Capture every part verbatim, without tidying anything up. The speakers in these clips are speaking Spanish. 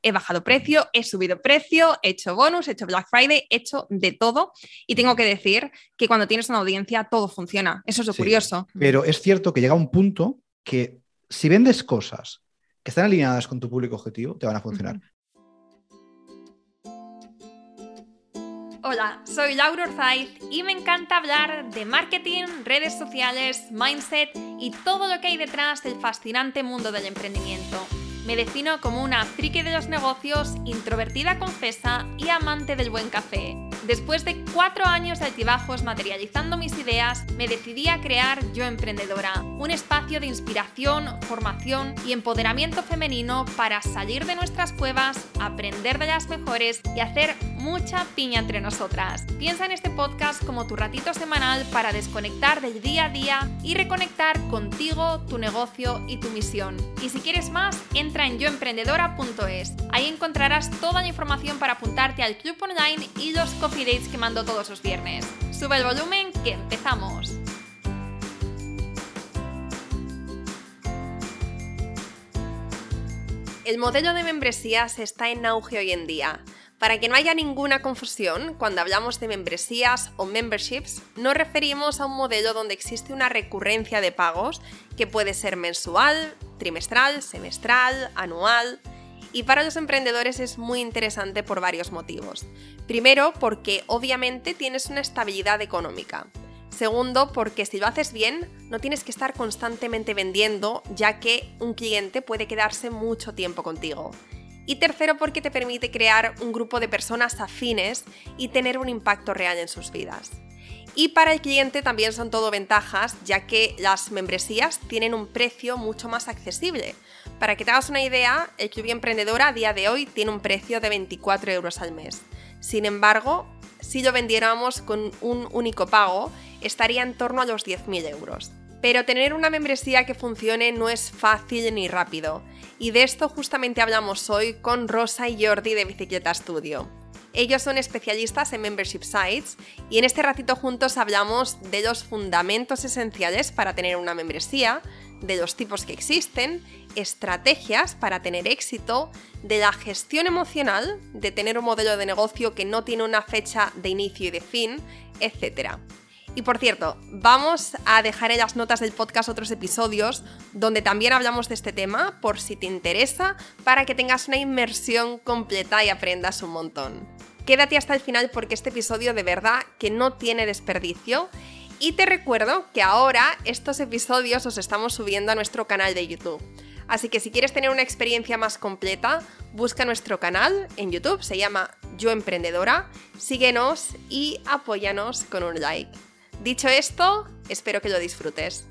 he bajado precio, he subido precio, he hecho bonus, he hecho Black Friday, he hecho de todo y tengo que decir que cuando tienes una audiencia todo funciona. Eso es lo Sí, curioso. pero es cierto que llega un punto que si vendes cosas que están alineadas con tu público objetivo, te van a funcionar. Uh-huh. Hola, soy Laura Orzaiz y me encanta hablar de marketing, redes sociales, mindset y todo lo que hay detrás del fascinante mundo del emprendimiento. Me defino como una friki de los negocios, introvertida confesa y amante del buen café. Después de cuatro años de altibajos materializando mis ideas, me decidí a crear Yo Emprendedora, un espacio de inspiración, formación y empoderamiento femenino para salir de nuestras cuevas, aprender de las mejores y hacer mucha piña entre nosotras. Piensa en este podcast como tu ratito semanal para desconectar del día a día y reconectar contigo, tu negocio y tu misión. Y si quieres más, entra en yo emprendedora punto es. Ahí encontrarás toda la información para apuntarte al club online y los coffee dates que mando todos los viernes. Sube el volumen que empezamos. El modelo de membresías está en auge hoy en día. Para que no haya ninguna confusión, cuando hablamos de membresías o memberships, nos referimos a un modelo donde existe una recurrencia de pagos que puede ser mensual, trimestral, semestral, anual. Y para los emprendedores es muy interesante por varios motivos. Primero, porque obviamente tienes una estabilidad económica. Segundo, porque si lo haces bien, no tienes que estar constantemente vendiendo, ya que un cliente puede quedarse mucho tiempo contigo. Y tercero, porque te permite crear un grupo de personas afines y tener un impacto real en sus vidas. Y para el cliente también son todo ventajas, ya que las membresías tienen un precio mucho más accesible. Para que te hagas una idea, el Club Emprendedora a día de hoy tiene un precio de veinticuatro euros al mes. Sin embargo, si lo vendiéramos con un único pago, estaría en torno a los diez mil euros. Pero tener una membresía que funcione no es fácil ni rápido. Y de esto justamente hablamos hoy con Rosa y Jordi de Bicicleta Studio. Ellos son especialistas en membership sites y en este ratito juntos hablamos de los fundamentos esenciales para tener una membresía, de los tipos que existen, estrategias para tener éxito, de la gestión emocional, de tener un modelo de negocio que no tiene una fecha de inicio y de fin, etcétera. Y por cierto, vamos a dejar en las notas del podcast otros episodios donde también hablamos de este tema por si te interesa, para que tengas una inmersión completa y aprendas un montón. Quédate hasta el final porque este episodio de verdad que no tiene desperdicio. Y te recuerdo que ahora estos episodios los estamos subiendo a nuestro canal de YouTube. Así que si quieres tener una experiencia más completa, busca nuestro canal en YouTube, se llama Yo Emprendedora, síguenos y apóyanos con un like. Dicho esto, espero que lo disfrutes.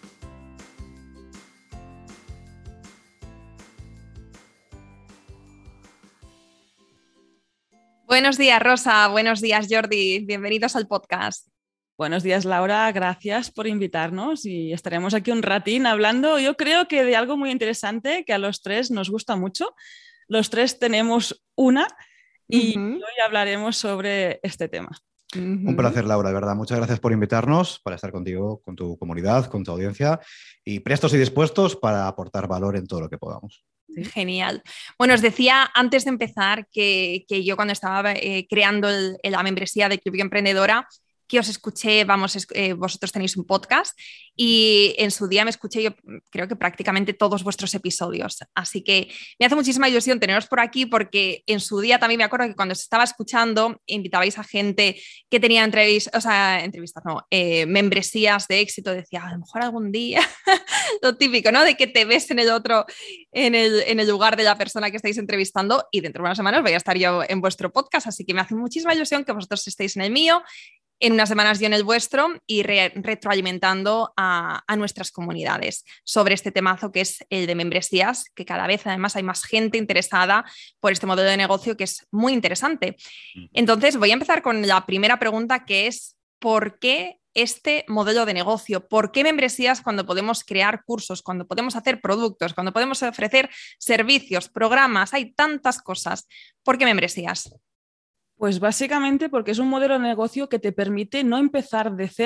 Buenos días, Rosa. Buenos días, Jordi. Bienvenidos al podcast. Buenos días, Laura. Gracias por invitarnos y estaremos aquí un ratín hablando, yo creo que de algo muy interesante que a los tres nos gusta mucho. Los tres tenemos una y uh-huh. hoy hablaremos sobre este tema. Uh-huh. Un placer, Laura, de verdad. Muchas gracias por invitarnos para estar contigo, con tu comunidad, con tu audiencia y prestos y dispuestos para aportar valor en todo lo que podamos. Genial. Bueno, os decía antes de empezar que, que yo cuando estaba eh, creando el, la membresía de Club Emprendedora, que os escuché, vamos, eh, vosotros tenéis un podcast y en su día me escuché yo creo que prácticamente todos vuestros episodios, así que me hace muchísima ilusión teneros por aquí porque en su día también me acuerdo que cuando os estaba escuchando invitabais a gente que tenía entrevistas, o sea, entrevistas no, eh, membresías de éxito, decía a lo mejor algún día, lo típico, ¿no? De que te ves en el otro, en el, en el lugar de la persona que estáis entrevistando y dentro de unas semanas voy a estar yo en vuestro podcast, así que me hace muchísima ilusión que vosotros estéis en el mío, en unas semanas yo en el vuestro y re- retroalimentando a, a nuestras comunidades sobre este temazo que es el de membresías, que cada vez además hay más gente interesada por este modelo de negocio que es muy interesante. Entonces voy a empezar con la primera pregunta, que es ¿por qué este modelo de negocio? ¿Por qué membresías cuando podemos crear cursos, cuando podemos hacer productos, cuando podemos ofrecer servicios, programas? Hay tantas cosas. ¿Por qué membresías? Pues básicamente porque es un modelo de negocio que te permite no empezar de cero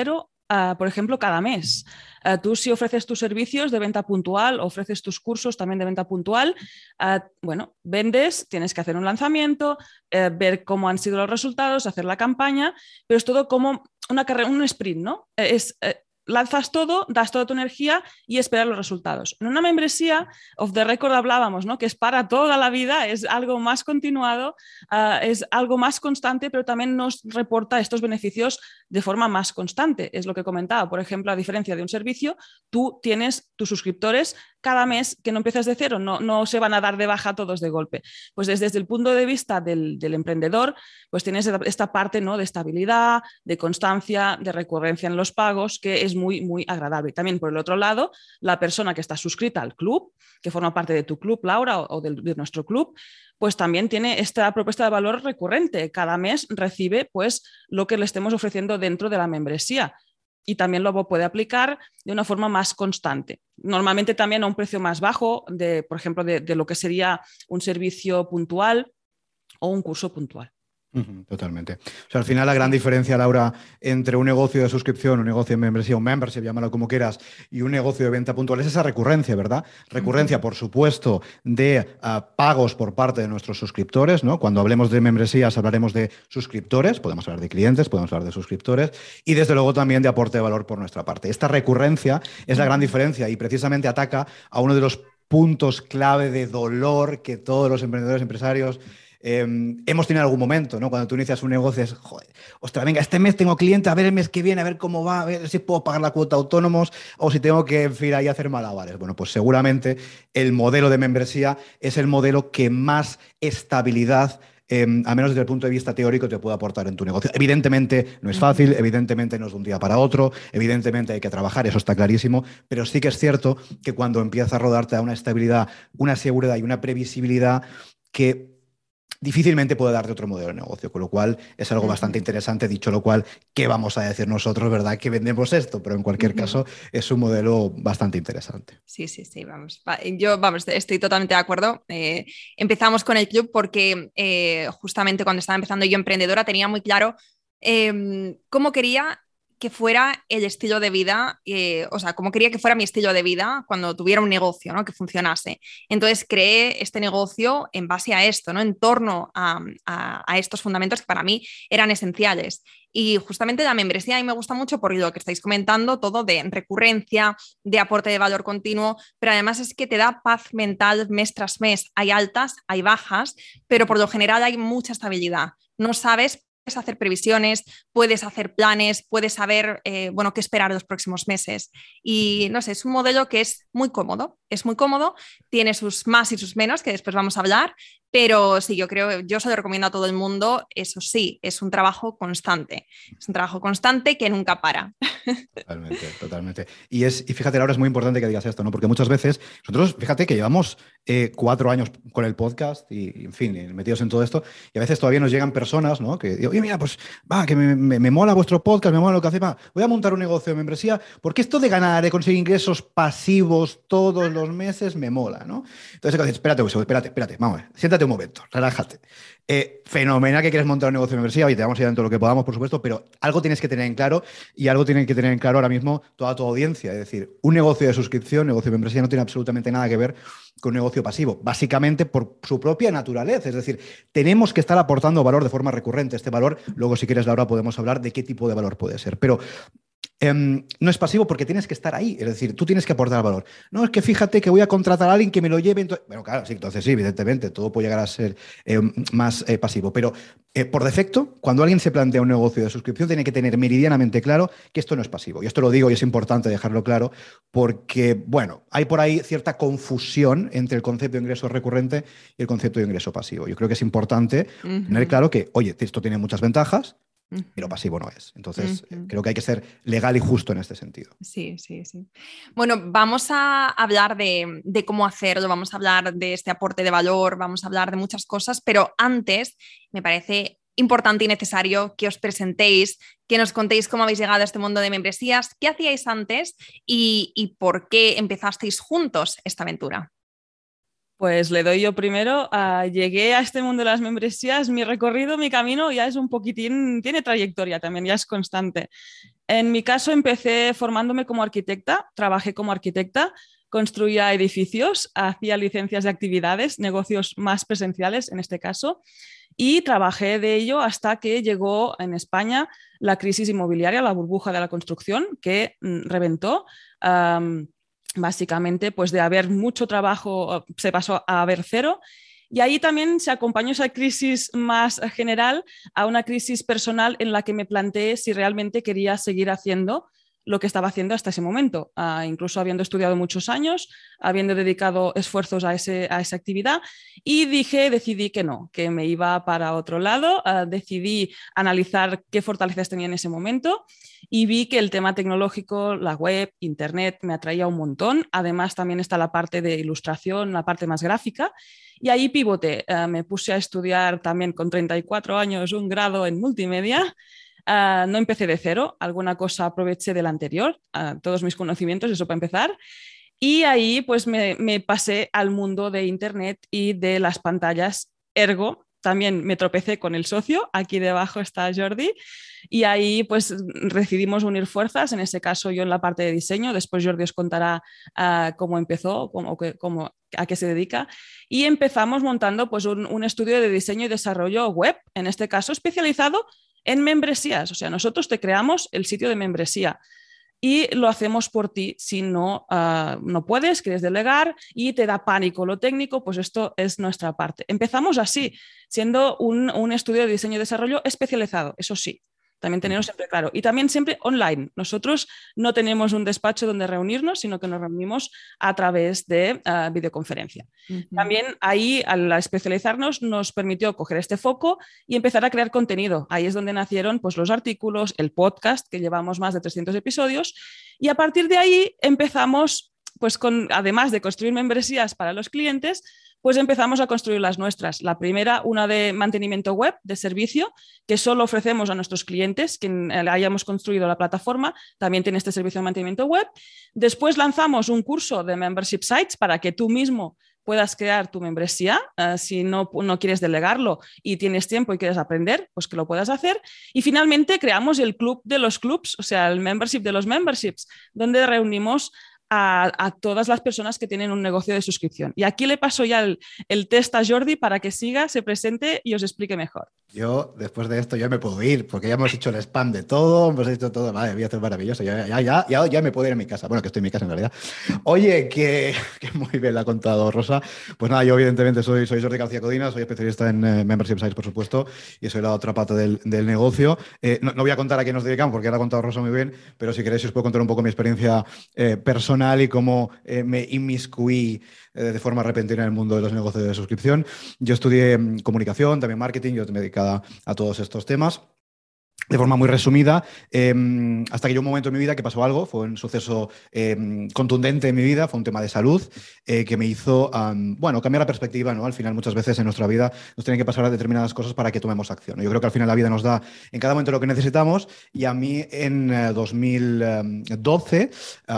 uh, por ejemplo, cada mes. Uh, tú si ofreces tus servicios de venta puntual, ofreces tus cursos también de venta puntual, uh, bueno, vendes, tienes que hacer un lanzamiento, uh, ver cómo han sido los resultados, hacer la campaña, pero es todo como una carrera, un sprint, ¿no? Es... Uh, lanzas todo, das toda tu energía y esperas los resultados. En una membresía, off the record hablábamos, ¿no? Que es para toda la vida, es algo más continuado, uh, es algo más constante, pero también nos reporta estos beneficios de forma más constante. Es lo que comentaba. Por ejemplo, a diferencia de un servicio, tú tienes tus suscriptores cada mes, que no empiezas de cero, no, no se van a dar de baja todos de golpe. Pues desde, desde el punto de vista del, del emprendedor, pues tienes esta parte, ¿no? De estabilidad, de constancia, de recurrencia en los pagos, que es muy, muy agradable. También, por el otro lado, la persona que está suscrita al club, que forma parte de tu club, Laura, o, o de, de nuestro club, pues también tiene esta propuesta de valor recurrente. Cada mes recibe pues lo que le estemos ofreciendo dentro de la membresía. Y también lo puede aplicar de una forma más constante. Normalmente también a un precio más bajo, de, por ejemplo, de, de lo que sería un servicio puntual o un curso puntual. Totalmente. O sea, al final la gran diferencia, Laura, entre un negocio de suscripción, un negocio de membresía, un membership, llámalo como quieras, y un negocio de venta puntual es esa recurrencia, ¿verdad? Recurrencia, uh-huh. por supuesto, de uh, pagos por parte de nuestros suscriptores, ¿no? Cuando hablemos de membresías hablaremos de suscriptores, podemos hablar de clientes, podemos hablar de suscriptores, y desde luego también de aporte de valor por nuestra parte. Esta recurrencia es uh-huh. la gran diferencia y precisamente ataca a uno de los puntos clave de dolor que todos los emprendedores, empresarios, Eh, hemos tenido en algún momento, ¿no? Cuando tú inicias un negocio es, joder, ostras, venga, este mes tengo cliente, a ver el mes que viene, a ver cómo va, a ver si puedo pagar la cuota autónomos o si tengo que, en fin, ahí hacer malabares. Bueno, pues seguramente el modelo de membresía es el modelo que más estabilidad, eh, al menos desde el punto de vista teórico, te puede aportar en tu negocio. Evidentemente no es fácil, evidentemente no es de un día para otro, evidentemente hay que trabajar, eso está clarísimo, pero sí que es cierto que cuando empieza a rodar te da una estabilidad, una seguridad y una previsibilidad que difícilmente puede darte otro modelo de negocio, con lo cual es algo uh-huh. bastante interesante. Dicho lo cual, ¿qué vamos a decir nosotros, verdad? Que vendemos esto, pero en cualquier uh-huh. caso es un modelo bastante interesante. Sí, sí, sí, vamos. Yo, vamos, estoy totalmente de acuerdo. Eh, empezamos con el club porque eh, justamente cuando estaba empezando yo emprendedora tenía muy claro eh, cómo quería que fuera el estilo de vida, eh, o sea, como quería que fuera mi estilo de vida cuando tuviera un negocio, ¿no? Que funcionase. Entonces creé este negocio en base a esto, ¿no? En torno a, a, a estos fundamentos que para mí eran esenciales. Y justamente la membresía a mí me gusta mucho por lo que estáis comentando, todo de recurrencia, de aporte de valor continuo, pero además es que te da paz mental mes tras mes. Hay altas, hay bajas, pero por lo general hay mucha estabilidad. No sabes, puedes hacer previsiones, puedes hacer planes, puedes saber eh, bueno, qué esperar los próximos meses. Y no sé, es un modelo que es muy cómodo, es muy cómodo, tiene sus más y sus menos, que después vamos a hablar, pero sí, yo creo, yo se lo recomiendo a todo el mundo. Eso sí, es un trabajo constante, es un trabajo constante que nunca para. Totalmente, totalmente. Y, es, y fíjate, Laura, es muy importante que digas esto, ¿no? Porque muchas veces, nosotros, fíjate que llevamos eh, cuatro años con el podcast y, y, en fin, metidos en todo esto, y a veces todavía nos llegan personas, ¿no? Que digo, oye, mira, pues va, que me, me, me mola vuestro podcast, me mola lo que hace, va, voy a montar un negocio de membresía, porque esto de ganar, de conseguir ingresos pasivos todos los meses, me mola, ¿no? Entonces, espérate, espérate, espérate, vamos a ver, siéntate un momento, relájate. Eh, fenomenal que quieres montar un negocio de membresía, y te vamos a ir dando lo que podamos, por supuesto, pero algo tienes que tener en claro, y algo tiene que tener en claro ahora mismo toda tu audiencia. Es decir, un negocio de suscripción, negocio de membresía, no tiene absolutamente nada que ver con un negocio pasivo, básicamente por su propia naturaleza. Es decir, tenemos que estar aportando valor de forma recurrente. Este valor, luego si quieres, Laura, podemos hablar de qué tipo de valor puede ser. Pero Eh, no es pasivo porque tienes que estar ahí, es decir, tú tienes que aportar valor. No, es que fíjate que voy a contratar a alguien que me lo lleve. Entonces... Bueno, claro, sí, entonces sí, evidentemente, todo puede llegar a ser eh, más eh, pasivo. Pero eh, por defecto, cuando alguien se plantea un negocio de suscripción, tiene que tener meridianamente claro que esto no es pasivo. Y esto lo digo y es importante dejarlo claro porque, bueno, hay por ahí cierta confusión entre el concepto de ingreso recurrente y el concepto de ingreso pasivo. Yo creo que es importante uh-huh. tener claro que, oye, esto tiene muchas ventajas, pero pasivo no es. Entonces, uh-huh. creo que hay que ser legal y justo en este sentido. Sí, sí, sí. Bueno, vamos a hablar de, de cómo hacerlo, vamos a hablar de este aporte de valor, vamos a hablar de muchas cosas, pero antes me parece importante y necesario que os presentéis, que nos contéis cómo habéis llegado a este mundo de membresías, qué hacíais antes y, y por qué empezasteis juntos esta aventura. Pues le doy yo primero. Uh, llegué a este mundo de las membresías, mi recorrido, mi camino ya es un poquitín, tiene trayectoria también, ya es constante. En mi caso empecé formándome como arquitecta, trabajé como arquitecta, construía edificios, hacía licencias de actividades, negocios más presenciales en este caso, y trabajé de ello hasta que llegó en España la crisis inmobiliaria, la burbuja de la construcción, que mm, reventó. Um, básicamente, pues de haber mucho trabajo se pasó a haber cero. Y ahí también se acompañó esa crisis más general a una crisis personal en la que me planteé si realmente quería seguir haciendo lo que estaba haciendo hasta ese momento, uh, incluso habiendo estudiado muchos años, habiendo dedicado esfuerzos a, ese, a esa actividad, y dije, decidí que no, que me iba para otro lado, uh, decidí analizar qué fortalezas tenía en ese momento y vi que el tema tecnológico, la web, internet, me atraía un montón. Además también está la parte de ilustración, la parte más gráfica, y ahí pivoté, uh, me puse a estudiar también con treinta y cuatro años un grado en multimedia. Uh, no empecé de cero, alguna cosa aproveché del anterior, uh, todos mis conocimientos, eso para empezar. Y ahí pues me, me pasé al mundo de Internet y de las pantallas. Ergo, también me tropecé con el socio, aquí debajo está Jordi, y ahí pues decidimos unir fuerzas, en ese caso yo en la parte de diseño, después Jordi os contará uh, cómo empezó, cómo, cómo, a qué se dedica, y empezamos montando pues un, un estudio de diseño y desarrollo web, en este caso especializado en membresías. O sea, nosotros te creamos el sitio de membresía y lo hacemos por ti. Si no, uh, no puedes, quieres delegar y te da pánico lo técnico, pues esto es nuestra parte. Empezamos así, siendo un, un estudio de diseño y desarrollo especializado, eso sí. También tenerlo siempre claro. Y también siempre online. Nosotros no tenemos un despacho donde reunirnos, sino que nos reunimos a través de uh, videoconferencia. Uh-huh. También ahí, al especializarnos, nos permitió coger este foco y empezar a crear contenido. Ahí es donde nacieron pues, los artículos, el podcast, que llevamos más de trescientos episodios. Y a partir de ahí empezamos, pues con, además de construir membresías para los clientes, pues empezamos a construir las nuestras. La primera, una de mantenimiento web, de servicio, que solo ofrecemos a nuestros clientes, quien hayamos construido la plataforma, también tiene este servicio de mantenimiento web. Después lanzamos un curso de Membership Sites para que tú mismo puedas crear tu membresía. Uh, si no, no quieres delegarlo y tienes tiempo y quieres aprender, pues que lo puedas hacer. Y finalmente creamos el club de los clubs, o sea, el membership de los memberships, donde reunimos A, a todas las personas que tienen un negocio de suscripción. Y aquí le paso ya el, el test a Jordi para que siga, se presente y os explique mejor. Yo, después de esto, ya me puedo ir, porque ya hemos hecho el spam de todo, hemos hecho todo. Madre mía, esto es maravilloso. Ya, ya, ya, ya, ya me puedo ir a mi casa. Bueno, que estoy en mi casa en realidad. Oye, que, que muy bien la ha contado Rosa. Pues nada, yo evidentemente soy, soy Jordi García Codina, soy especialista en eh, Membership Sites, por supuesto, y soy la otra pata del, del negocio. Eh, no, no voy a contar a quién nos dedicamos, porque ya la ha contado Rosa muy bien, pero si queréis os puedo contar un poco mi experiencia eh, personal y cómo eh, me inmiscuí eh, de forma repentina en el mundo de los negocios de suscripción. Yo estudié mm, comunicación, también marketing, yo me dedicaba a todos estos temas. De forma muy resumida, eh, hasta que llegó un momento en mi vida que pasó algo, fue un suceso eh, contundente en mi vida, fue un tema de salud eh, que me hizo, um, bueno, cambiar la perspectiva, ¿no? Al final, muchas veces en nuestra vida nos tienen que pasar determinadas cosas para que tomemos acción. Yo creo que al final la vida nos da en cada momento lo que necesitamos, y a mí en uh, dos mil doce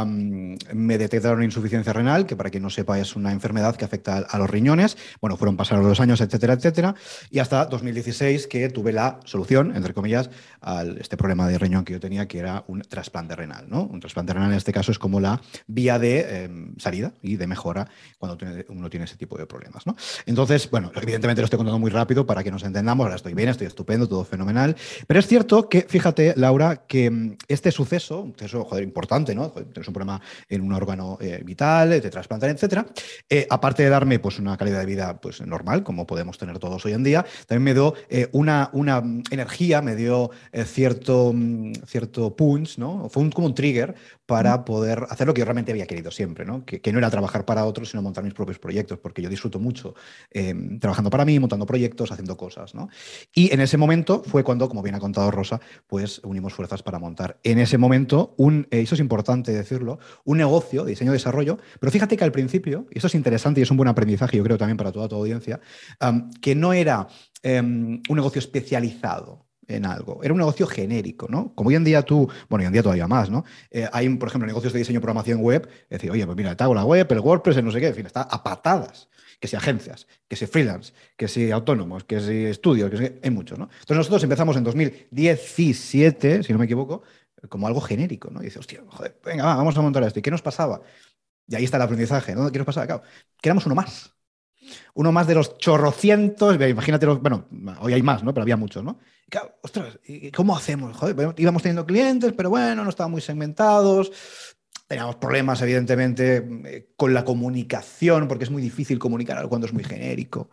um, me detectaron insuficiencia renal, que para quien no sepa es una enfermedad que afecta a los riñones. Bueno, fueron pasando los años, etcétera, etcétera, y hasta dos mil dieciséis que tuve la solución, entre comillas, a este problema de riñón que yo tenía, que era un trasplante renal, ¿no? Un trasplante renal en este caso es como la vía de eh, salida y de mejora cuando uno tiene ese tipo de problemas, ¿no? Entonces, bueno, evidentemente lo estoy contando muy rápido para que nos entendamos. Ahora estoy bien, estoy estupendo, todo fenomenal. Pero es cierto que, fíjate, Laura, que este suceso, un suceso, joder, importante, ¿no? Tienes un problema en un órgano eh, vital, te trasplantan, etcétera. Eh, aparte de darme pues, una calidad de vida pues, normal, como podemos tener todos hoy en día, también me dio eh, una, una energía, me dio Eh, cierto, cierto punch, ¿no? Fue un, como un trigger para poder hacer lo que yo realmente había querido siempre, ¿no? Que, que no era trabajar para otros, sino montar mis propios proyectos, porque yo disfruto mucho eh, trabajando para mí, montando proyectos, haciendo cosas, ¿no? Y en ese momento fue cuando, como bien ha contado Rosa, pues unimos fuerzas para montar en ese momento un, eh, eso es importante decirlo, un negocio de diseño y desarrollo, pero fíjate que al principio, y eso es interesante y es un buen aprendizaje, yo creo también para toda tu audiencia, um, que no era um, un negocio especializado en algo. Era un negocio genérico, ¿no? Como hoy en día tú, bueno, hoy en día todavía más, ¿no? Eh, hay, por ejemplo, negocios de diseño y programación web, es decir, oye, pues mira, te hago la web, el WordPress, el no sé qué, en fin, está a patadas. Que si agencias, que si freelance, que si autónomos, que si estudios, que si... hay muchos, ¿no? Entonces nosotros empezamos en dos mil diecisiete, si no me equivoco, como algo genérico, ¿no? Y dices, hostia, joder, venga, va, vamos a montar esto. ¿Y qué nos pasaba? Y ahí está el aprendizaje, ¿no? ¿Qué nos pasaba? Claro, que éramos uno más. Uno más de los chorrocientos, imagínate, los, bueno, hoy hay más, ¿no? Pero había muchos, ¿no? Y claro, ostras, ¿cómo hacemos? Joder, íbamos teniendo clientes, pero bueno, no estaban muy segmentados. Teníamos problemas, evidentemente, con la comunicación, porque es muy difícil comunicar algo cuando es muy genérico.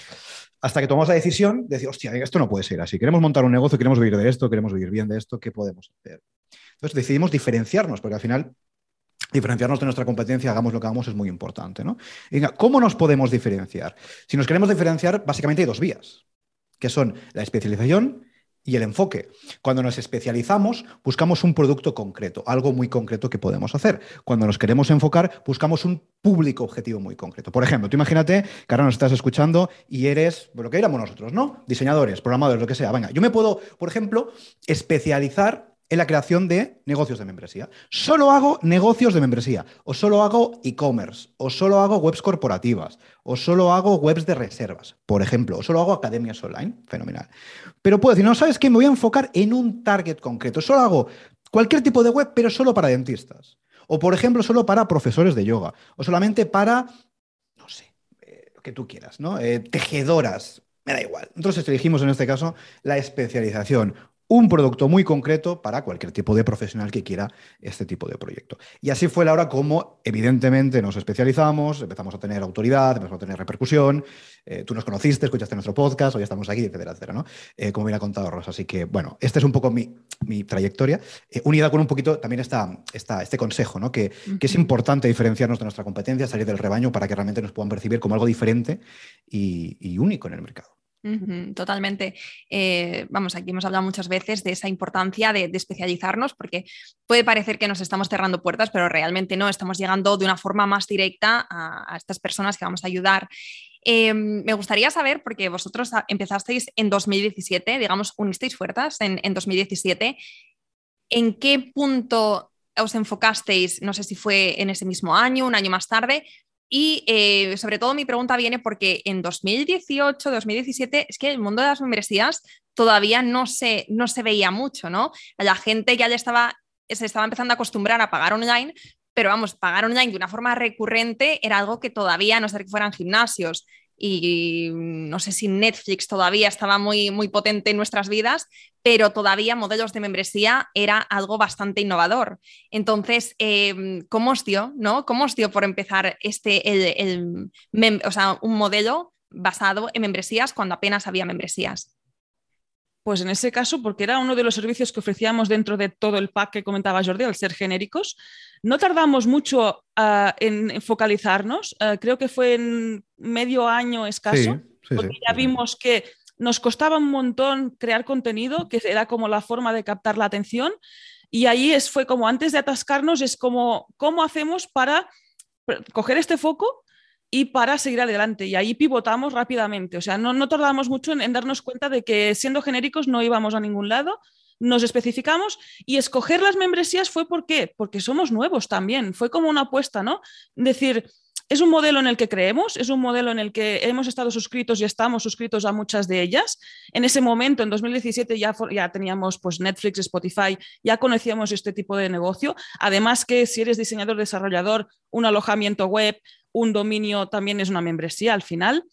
Hasta que tomamos la decisión de decir, hostia, esto no puede ser así. Queremos montar un negocio, queremos vivir de esto, queremos vivir bien de esto, ¿qué podemos hacer? Entonces decidimos diferenciarnos, porque al final diferenciarnos de nuestra competencia, hagamos lo que hagamos, es muy importante, ¿no? Y venga, ¿cómo nos podemos diferenciar? Si nos queremos diferenciar, básicamente hay dos vías, que son la especialización y el enfoque. Cuando nos especializamos, buscamos un producto concreto, algo muy concreto que podemos hacer. Cuando nos queremos enfocar, buscamos un público objetivo muy concreto. Por ejemplo, tú imagínate que ahora nos estás escuchando y eres, bueno, que éramos nosotros, ¿no? Diseñadores, programadores, lo que sea. Venga, yo me puedo, por ejemplo, especializar en la creación de negocios de membresía. Solo hago negocios de membresía, o solo hago e-commerce, o solo hago webs corporativas, o solo hago webs de reservas, por ejemplo, o solo hago academias online. Fenomenal. Pero puedo decir, no, ¿sabes qué? Me voy a enfocar en un target concreto. Solo hago cualquier tipo de web, pero solo para dentistas. O, por ejemplo, solo para profesores de yoga. O solamente para, no sé, eh, lo que tú quieras, ¿no? Eh, tejedoras. Me da igual. Nosotros elegimos en este caso la especialización. Un producto muy concreto para cualquier tipo de profesional que quiera este tipo de proyecto. Y así fue la hora como, evidentemente, nos especializamos, empezamos a tener autoridad, empezamos a tener repercusión. Eh, tú nos conociste, escuchaste nuestro podcast, hoy estamos aquí, etcétera, etcétera, ¿no? Eh, como bien ha contado Rosa. Así que, bueno, esta es un poco mi, mi trayectoria, eh, unida con un poquito también esta, esta, este consejo, ¿no? Que, uh-huh. que es importante diferenciarnos de nuestra competencia, salir del rebaño para que realmente nos puedan percibir como algo diferente y, y único en el mercado. Uh-huh, totalmente. Eh, vamos, aquí hemos hablado muchas veces de esa importancia de, de especializarnos, porque puede parecer que nos estamos cerrando puertas, pero realmente no, estamos llegando de una forma más directa a, a estas personas que vamos a ayudar. Eh, me gustaría saber, porque vosotros empezasteis en dos mil diecisiete, digamos, unisteis fuerzas en, en dos mil diecisiete, ¿en qué punto os enfocasteis? No sé si fue en ese mismo año, un año más tarde. Y eh, sobre todo mi pregunta viene porque en dos mil dieciocho, dos mil diecisiete es que el mundo de las membresías todavía no se, no se veía mucho, ¿no? La gente ya le estaba, se estaba empezando a acostumbrar a pagar online, pero vamos, pagar online de una forma recurrente era algo que todavía, a no ser que fueran gimnasios, y no sé si Netflix todavía estaba muy, muy potente en nuestras vidas, pero todavía modelos de membresía era algo bastante innovador. Entonces, eh, ¿cómo os dio, no? ¿Cómo os dio por empezar este, el, el mem- o sea, un modelo basado en membresías cuando apenas había membresías? Pues en ese caso, porque era uno de los servicios que ofrecíamos dentro de todo el pack que comentaba Jordi, al ser genéricos, no tardamos mucho uh, en focalizarnos. Uh, creo que fue en medio año escaso, sí, sí, porque sí, ya sí. vimos que nos costaba un montón crear contenido, que era como la forma de captar la atención. Y ahí es, fue como antes de atascarnos, es como, ¿cómo hacemos para coger este foco y para seguir adelante? Y ahí pivotamos rápidamente. O sea, no, no tardamos mucho en, en darnos cuenta de que siendo genéricos no íbamos a ningún lado, nos especificamos y escoger las membresías fue ¿por qué? Porque somos nuevos también. Fue como una apuesta, ¿no? Decir, es un modelo en el que creemos, es un modelo en el que hemos estado suscritos y estamos suscritos a muchas de ellas. En ese momento, en dos mil diecisiete, ya, ya teníamos pues, Netflix, Spotify, ya conocíamos este tipo de negocio. Además que si eres diseñador, desarrollador, un alojamiento web, un dominio también es una membresía al final.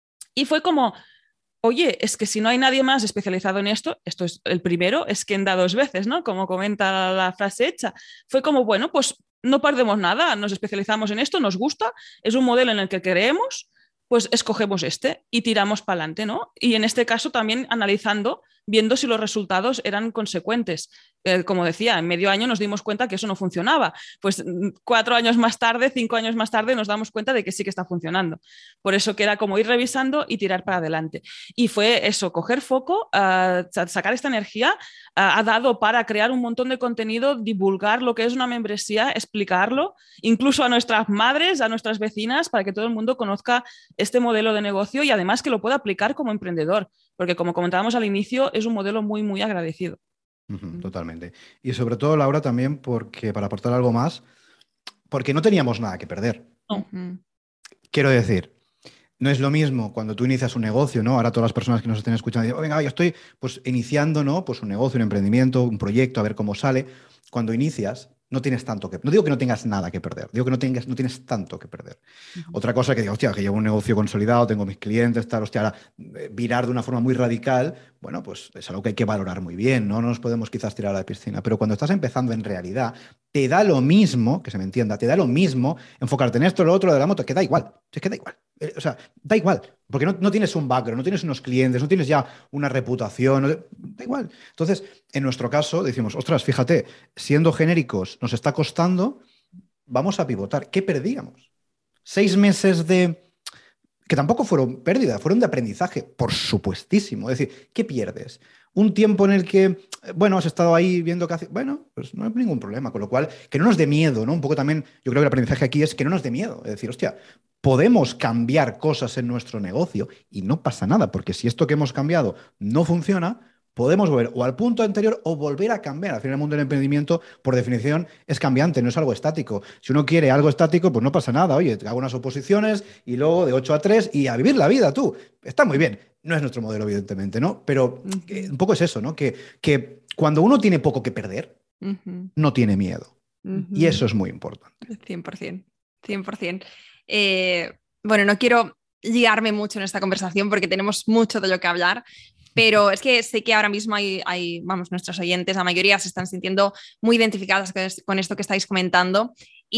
Y fue como, oye, es que si no hay nadie más especializado en esto, esto es el primero, es quien da dos veces, ¿no? Como comenta la frase hecha. Fue como, bueno, pues no perdemos nada, nos especializamos en esto, nos gusta, es un modelo en el que creemos, pues escogemos este y tiramos para adelante, ¿no? Y en este caso también analizando, viendo si los resultados eran consecuentes. Eh, como decía, en medio año nos dimos cuenta que eso no funcionaba. Pues cuatro años más tarde, cinco años más tarde, nos damos cuenta de que sí que está funcionando. Por eso que era como ir revisando y tirar para adelante. Y fue eso, coger foco, uh, sacar esta energía, uh, ha dado para crear un montón de contenido, divulgar lo que es una membresía, explicarlo, incluso a nuestras madres, a nuestras vecinas, para que todo el mundo conozca este modelo de negocio y además que lo pueda aplicar como emprendedor. Porque como comentábamos al inicio, es un modelo muy, muy agradecido. Uh-huh, totalmente. Y sobre todo, Laura, también porque, para aportar algo más, porque no teníamos nada que perder. Uh-huh. Quiero decir, no es lo mismo cuando tú inicias un negocio, ¿no? Ahora todas las personas que nos estén escuchando dicen, oh, venga, yo estoy pues iniciando, ¿no? Pues un negocio, un emprendimiento, un proyecto, a ver cómo sale. Cuando inicias, no tienes tanto que... No digo que no tengas nada que perder, digo que no, tengas, no tienes tanto que perder. Uh-huh. Otra cosa que digo, hostia, que llevo un negocio consolidado, tengo mis clientes, tal, hostia, ahora eh, virar de una forma muy radical, bueno, pues es algo que hay que valorar muy bien, ¿no? No nos podemos quizás tirar a la piscina, pero cuando estás empezando en realidad, te da lo mismo, que se me entienda, te da lo mismo enfocarte en esto o lo otro de la moto, que da igual, es que da igual. Eh, o sea, da igual, porque no, no tienes un background, no tienes unos clientes, no tienes ya una reputación, no, da igual. Entonces, en nuestro caso, decimos, ostras, fíjate, siendo genéricos nos está costando, vamos a pivotar. ¿Qué perdíamos? Seis meses de... que tampoco fueron pérdida, fueron de aprendizaje, por supuestísimo. Es decir, ¿qué pierdes? Un tiempo en el que, bueno, has estado ahí viendo que hace... Bueno, pues no hay ningún problema, con lo cual, que no nos dé miedo, ¿no? Un poco también, yo creo que el aprendizaje aquí es que no nos dé miedo. Es decir, hostia, podemos cambiar cosas en nuestro negocio y no pasa nada, porque si esto que hemos cambiado no funciona, podemos volver o al punto anterior o volver a cambiar. Al final, el mundo del emprendimiento, por definición, es cambiante, no es algo estático. Si uno quiere algo estático, pues no pasa nada. Oye, hago unas oposiciones y luego de ocho a tres y a vivir la vida tú. Está muy bien. No es nuestro modelo, evidentemente, ¿no? Pero uh-huh. eh, un poco es eso, ¿no? Que, que cuando uno tiene poco que perder, uh-huh. no tiene miedo. Uh-huh. Y eso es muy importante. cien por ciento. cien por ciento. Eh, bueno, no quiero liarme mucho en esta conversación porque tenemos mucho de lo que hablar, pero es que sé que ahora mismo hay, hay, vamos, nuestros oyentes, la mayoría se están sintiendo muy identificadas con esto que estáis comentando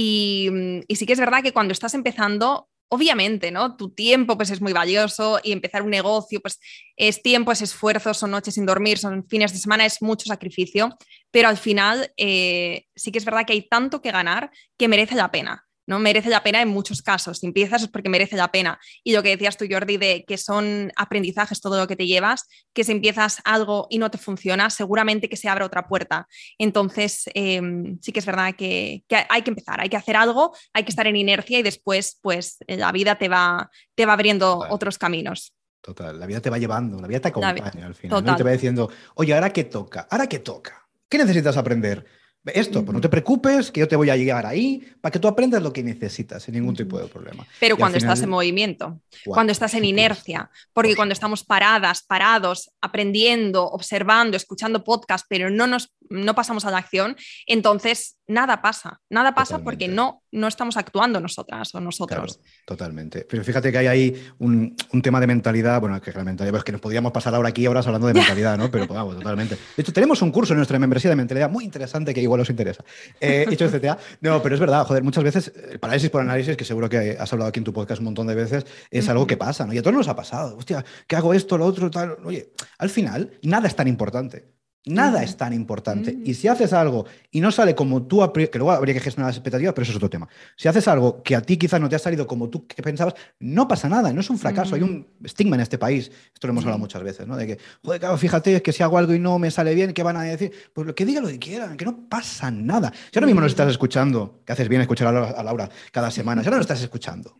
y, y sí que es verdad que cuando estás empezando, obviamente, ¿no? Tu tiempo pues es muy valioso y empezar un negocio pues es tiempo, es esfuerzo, son noches sin dormir, son fines de semana, es mucho sacrificio, pero al final eh, sí que es verdad que hay tanto que ganar que merece la pena. ¿No? Merece la pena en muchos casos. Si empiezas es porque merece la pena. Y lo que decías tú, Jordi, de que son aprendizajes todo lo que te llevas, que si empiezas algo y no te funciona, seguramente que se abra otra puerta. Entonces, eh, sí que es verdad que, que hay que empezar, hay que hacer algo, hay que estar en inercia y después, pues, la vida te va, te va abriendo Total. otros caminos. Total, la vida te va llevando, la vida te acompaña la... al final. ¿no? Y te va diciendo, oye, ¿ahora qué toca? ¿Ahora qué toca? ¿Qué necesitas aprender? Esto, uh-huh. pues no te preocupes, que yo te voy a llegar ahí para que tú aprendas lo que necesitas sin ningún uh-huh. tipo de problema. Pero y cuando final, estás en movimiento, wow, cuando estás en inercia, porque cuando estamos paradas, parados, aprendiendo, observando, escuchando podcast, pero no, nos, no pasamos a la acción, entonces nada pasa, nada pasa Totalmente. porque no, no estamos actuando nosotras o nosotros. Claro, totalmente. Pero fíjate que hay ahí un, un tema de mentalidad, bueno, que la mentalidad, pues que nos podríamos pasar ahora aquí horas hablando de mentalidad, ¿no? Pero vamos, totalmente. De hecho, tenemos un curso en nuestra membresía de mentalidad muy interesante que igual os interesa. Eh, hecho de C T A. No, pero es verdad, joder, muchas veces el parálisis por análisis, que seguro que has hablado aquí en tu podcast un montón de veces, es uh-huh. algo que pasa, ¿no? Y a todos nos ha pasado. Hostia, ¿qué hago esto, lo otro, tal? Oye, al final, nada es tan importante. Nada uh-huh. es tan importante. Uh-huh. Y si haces algo y no sale como tú, que luego habría que gestionar las expectativas, pero eso es otro tema. Si haces algo que a ti quizás no te ha salido como tú que pensabas, no pasa nada, no es un fracaso. Uh-huh. Hay un estigma en este país, esto lo hemos uh-huh. hablado muchas veces, ¿no? De que, joder, claro, fíjate, es que si hago algo y no me sale bien, ¿qué van a decir? Pues lo que digan lo que quieran, que no pasa nada. Si ahora mismo nos estás escuchando, que haces bien escuchar a Laura, a Laura cada semana, si ahora nos estás escuchando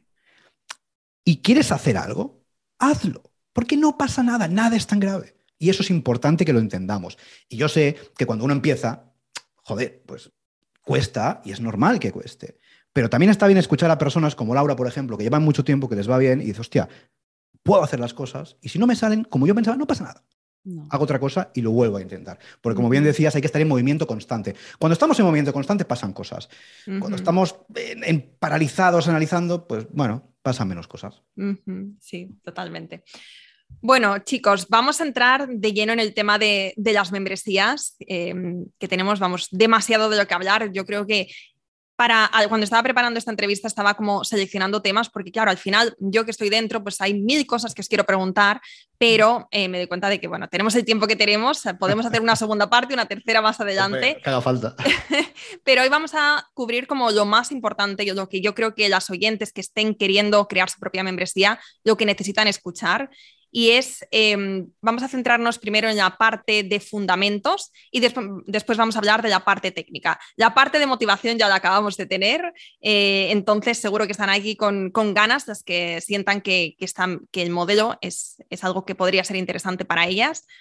y quieres hacer algo, hazlo, porque no pasa nada, nada es tan grave. Y eso es importante que lo entendamos. Y yo sé que cuando uno empieza, joder, pues cuesta y es normal que cueste. Pero también está bien escuchar a personas como Laura, por ejemplo, que llevan mucho tiempo, que les va bien y dices, hostia, puedo hacer las cosas y si no me salen como yo pensaba, no pasa nada. No. Hago otra cosa y lo vuelvo a intentar. Porque como uh-huh. bien decías, hay que estar en movimiento constante. Cuando estamos en movimiento constante pasan cosas. Uh-huh. Cuando estamos en, en paralizados, analizando, pues bueno, pasan menos cosas. Uh-huh. Sí, totalmente. Bueno, chicos, vamos a entrar de lleno en el tema de, de las membresías, eh, que tenemos, vamos, demasiado de lo que hablar. Yo creo que para, cuando estaba preparando esta entrevista estaba como seleccionando temas, porque claro, al final yo que estoy dentro, pues hay mil cosas que os quiero preguntar, pero eh, me doy cuenta de que, bueno, tenemos el tiempo que tenemos, podemos hacer una segunda parte, una tercera más adelante. Que haga falta. Pero hoy vamos a cubrir como lo más importante, lo que yo creo que las oyentes que estén queriendo crear su propia membresía, lo que necesitan escuchar. Y es, eh, vamos a centrarnos primero en la parte de fundamentos y después, después vamos a hablar de la parte técnica. La parte de motivación ya la acabamos de tener, eh, entonces seguro que están aquí con, con ganas, las que sientan que, que, están, que el modelo es, es algo que podría ser interesante para ellas.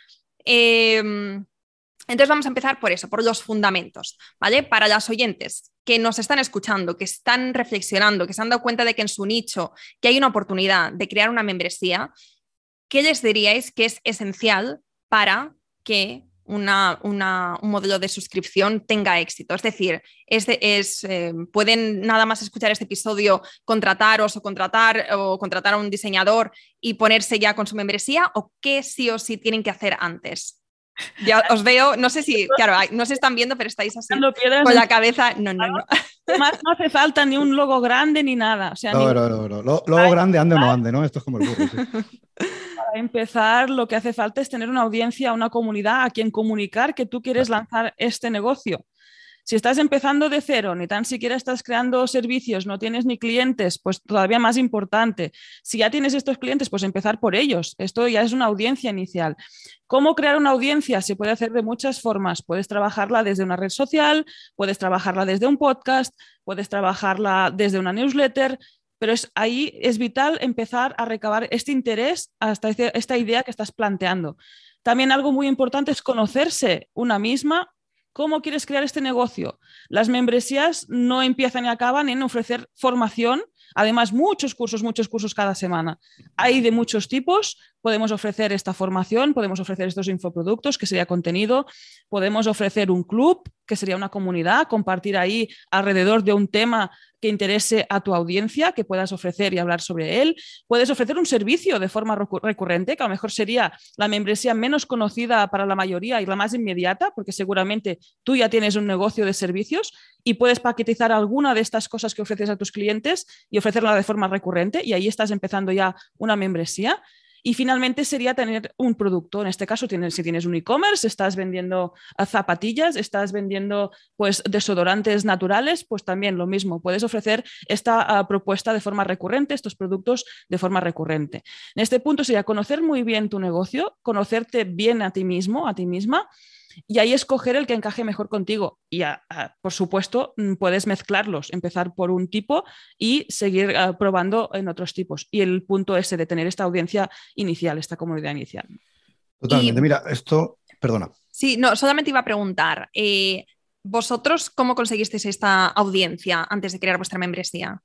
Eh, entonces vamos a empezar por eso, por los fundamentos, ¿vale? Para las oyentes que nos están escuchando, que están reflexionando, que se han dado cuenta de que en su nicho que hay una oportunidad de crear una membresía, ¿qué les diríais que es esencial para que una, una, un modelo de suscripción tenga éxito? Es decir, es de, es, eh, pueden nada más escuchar este episodio contrataros o contratar, o contratar a un diseñador y ponerse ya con su membresía, ¿o qué sí o sí tienen que hacer antes? Ya os veo, no sé si, claro, no se están viendo, pero estáis así con la cabeza. No, no, no. Además, no hace falta ni un logo grande ni nada. O sea, no, ni... no, no, no. Logo Para grande, ande o no ande, ¿no? Esto es como el burro. Sí. Para empezar, lo que hace falta es tener una audiencia, una comunidad a quien comunicar que tú quieres lanzar este negocio. Si estás empezando de cero, ni tan siquiera estás creando servicios, no tienes ni clientes, pues todavía más importante. Si ya tienes estos clientes, pues empezar por ellos. Esto ya es una audiencia inicial. ¿Cómo crear una audiencia? Se puede hacer de muchas formas. Puedes trabajarla desde una red social, puedes trabajarla desde un podcast, puedes trabajarla desde una newsletter, pero es, ahí es vital empezar a recabar este interés hasta esta idea que estás planteando. También algo muy importante es conocerse una misma. ¿Cómo quieres crear este negocio? Las membresías no empiezan y acaban en ofrecer formación. Además, muchos cursos, muchos cursos cada semana. Hay de muchos tipos. Podemos ofrecer esta formación, podemos ofrecer estos infoproductos, que sería contenido. Podemos ofrecer un club, que sería una comunidad, compartir ahí alrededor de un tema que interese a tu audiencia, que puedas ofrecer y hablar sobre él. Puedes ofrecer un servicio de forma recurrente, que a lo mejor sería la membresía menos conocida para la mayoría y la más inmediata, porque seguramente tú ya tienes un negocio de servicios y puedes paquetizar alguna de estas cosas que ofreces a tus clientes y ofrecerla de forma recurrente, y ahí estás empezando ya una membresía. Y finalmente sería tener un producto. En este caso, tienes, si tienes un e-commerce, estás vendiendo zapatillas, estás vendiendo pues, desodorantes naturales, pues también lo mismo. Puedes ofrecer esta uh, propuesta de forma recurrente, estos productos de forma recurrente. En este punto sería conocer muy bien tu negocio, conocerte bien a ti mismo, a ti misma, y ahí escoger el que encaje mejor contigo. Y, a, a, por supuesto, puedes mezclarlos, empezar por un tipo y seguir a, probando en otros tipos. Y el punto ese de tener esta audiencia inicial, esta comunidad inicial. Totalmente. Y, Mira, esto... Perdona. Sí, no, solamente iba a preguntar, eh, ¿vosotros cómo conseguisteis esta audiencia antes de crear vuestra membresía?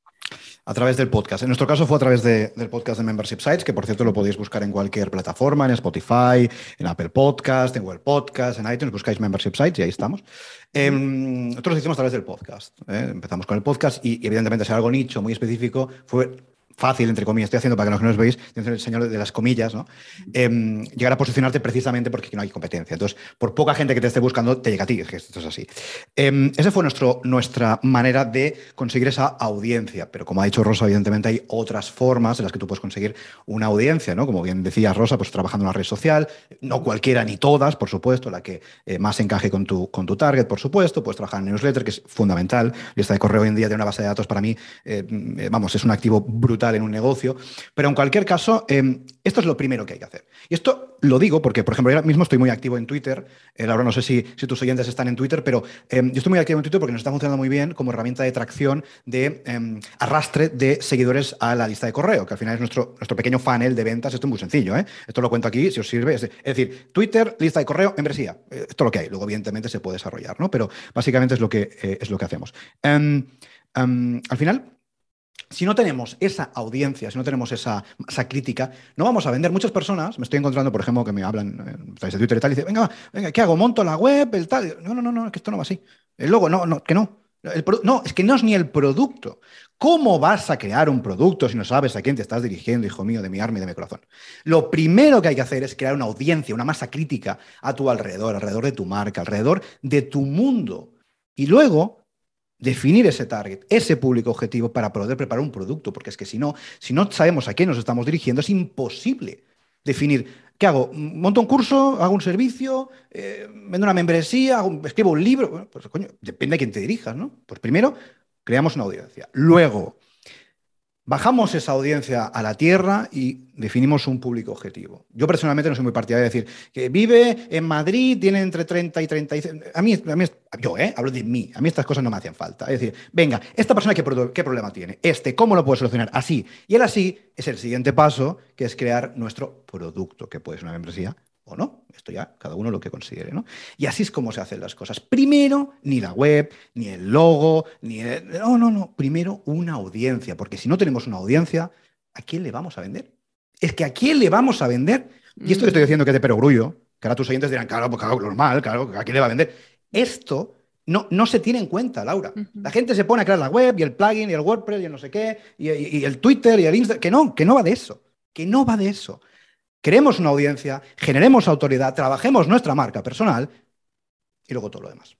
A través del podcast. En nuestro caso fue a través de, del podcast de Membership Sites, que por cierto lo podéis buscar en cualquier plataforma, en Spotify, en Apple Podcast, en Google Podcast, en iTunes, buscáis Membership Sites y ahí estamos. Eh, nosotros lo hicimos a través del podcast. ¿eh? Empezamos con el podcast y, y evidentemente ser algo nicho, muy específico, fue fácil, entre comillas, estoy haciendo para que los que no os veis, el señor de las comillas, ¿no? Eh, llegar a posicionarte precisamente porque no hay competencia. Entonces, por poca gente que te esté buscando, te llega a ti, es que esto es así. Eh, esa fue nuestro, nuestra manera de conseguir esa audiencia, pero como ha dicho Rosa, evidentemente hay otras formas en las que tú puedes conseguir una audiencia, ¿no? Como bien decía Rosa, pues trabajando en una red social, no cualquiera ni todas, por supuesto, la que eh, más encaje con tu, con tu target, por supuesto, puedes trabajar en newsletter, que es fundamental. Lista de correo hoy en día de una base de datos para mí, eh, vamos, es un activo brutal en un negocio, pero en cualquier caso, eh, esto es lo primero que hay que hacer. Y esto lo digo porque, por ejemplo, yo ahora mismo estoy muy activo en Twitter. Eh, ahora no sé si, si tus oyentes están en Twitter, pero eh, yo estoy muy activo en Twitter porque nos está funcionando muy bien como herramienta de tracción, de eh, arrastre de seguidores a la lista de correo, que al final es nuestro, nuestro pequeño funnel de ventas. Esto es muy sencillo, ¿eh? Esto lo cuento aquí, si os sirve. Es, es decir, Twitter, lista de correo, membresía. Eh, esto es lo que hay. Luego, evidentemente, se puede desarrollar, ¿no? Pero básicamente es lo que, eh, es lo que hacemos. Um, um, al final... Si no tenemos esa audiencia, si no tenemos esa masa crítica, no vamos a vender. Muchas personas, me estoy encontrando, por ejemplo, que me hablan a través de Twitter y tal, y dicen, venga, venga, ¿qué hago? ¿Monto la web? El tal. No, no, no, no, que esto no va así. El logo, no, no, que no. El no, es que no es ni el producto. ¿Cómo vas a crear un producto si no sabes a quién te estás dirigiendo, hijo mío, de mi alma y de mi corazón? Lo primero que hay que hacer es crear una audiencia, una masa crítica a tu alrededor, alrededor de tu marca, alrededor de tu mundo. Y luego... definir ese target, ese público objetivo para poder preparar un producto, porque es que si no, si no sabemos a quién nos estamos dirigiendo, es imposible definir, ¿qué hago? ¿Monto un curso? ¿Hago un servicio? Eh, ¿Vendo una membresía? Hago un, ¿Escribo un libro? Bueno, pues coño, depende de quién te dirijas, ¿no? Pues primero, creamos una audiencia. Luego, bajamos esa audiencia a la tierra y definimos un público objetivo. Yo personalmente no soy muy partidario de decir que vive en Madrid, tiene entre treinta y treinta y cinco... A mí, a mí yo, ¿eh? Hablo de mí. A mí estas cosas no me hacen falta. Es decir, venga, esta persona ¿qué, qué problema tiene? Este, ¿cómo lo puede solucionar? Así. Y el así es el siguiente paso, que es crear nuestro producto, que puede ser una membresía o no. Esto ya cada uno lo que considere, ¿no? Y así es como se hacen las cosas. Primero, ni la web, ni el logo, ni el... No, no, no. Primero, una audiencia. Porque si no tenemos una audiencia, ¿a quién le vamos a vender? Es que ¿a quién le vamos a vender? Y esto que estoy diciendo que es de perogrullo, que ahora tus oyentes dirán, claro, pues claro, normal, claro, ¿a quién le va a vender? Esto no, no se tiene en cuenta, Laura. Uh-huh. La gente se pone a crear la web y el plugin y el WordPress y el no sé qué, y, y, y el Twitter y el Instagram. Que no, que no va de eso. Que no va de eso. Creemos una audiencia, generemos autoridad, trabajemos nuestra marca personal y luego todo lo demás.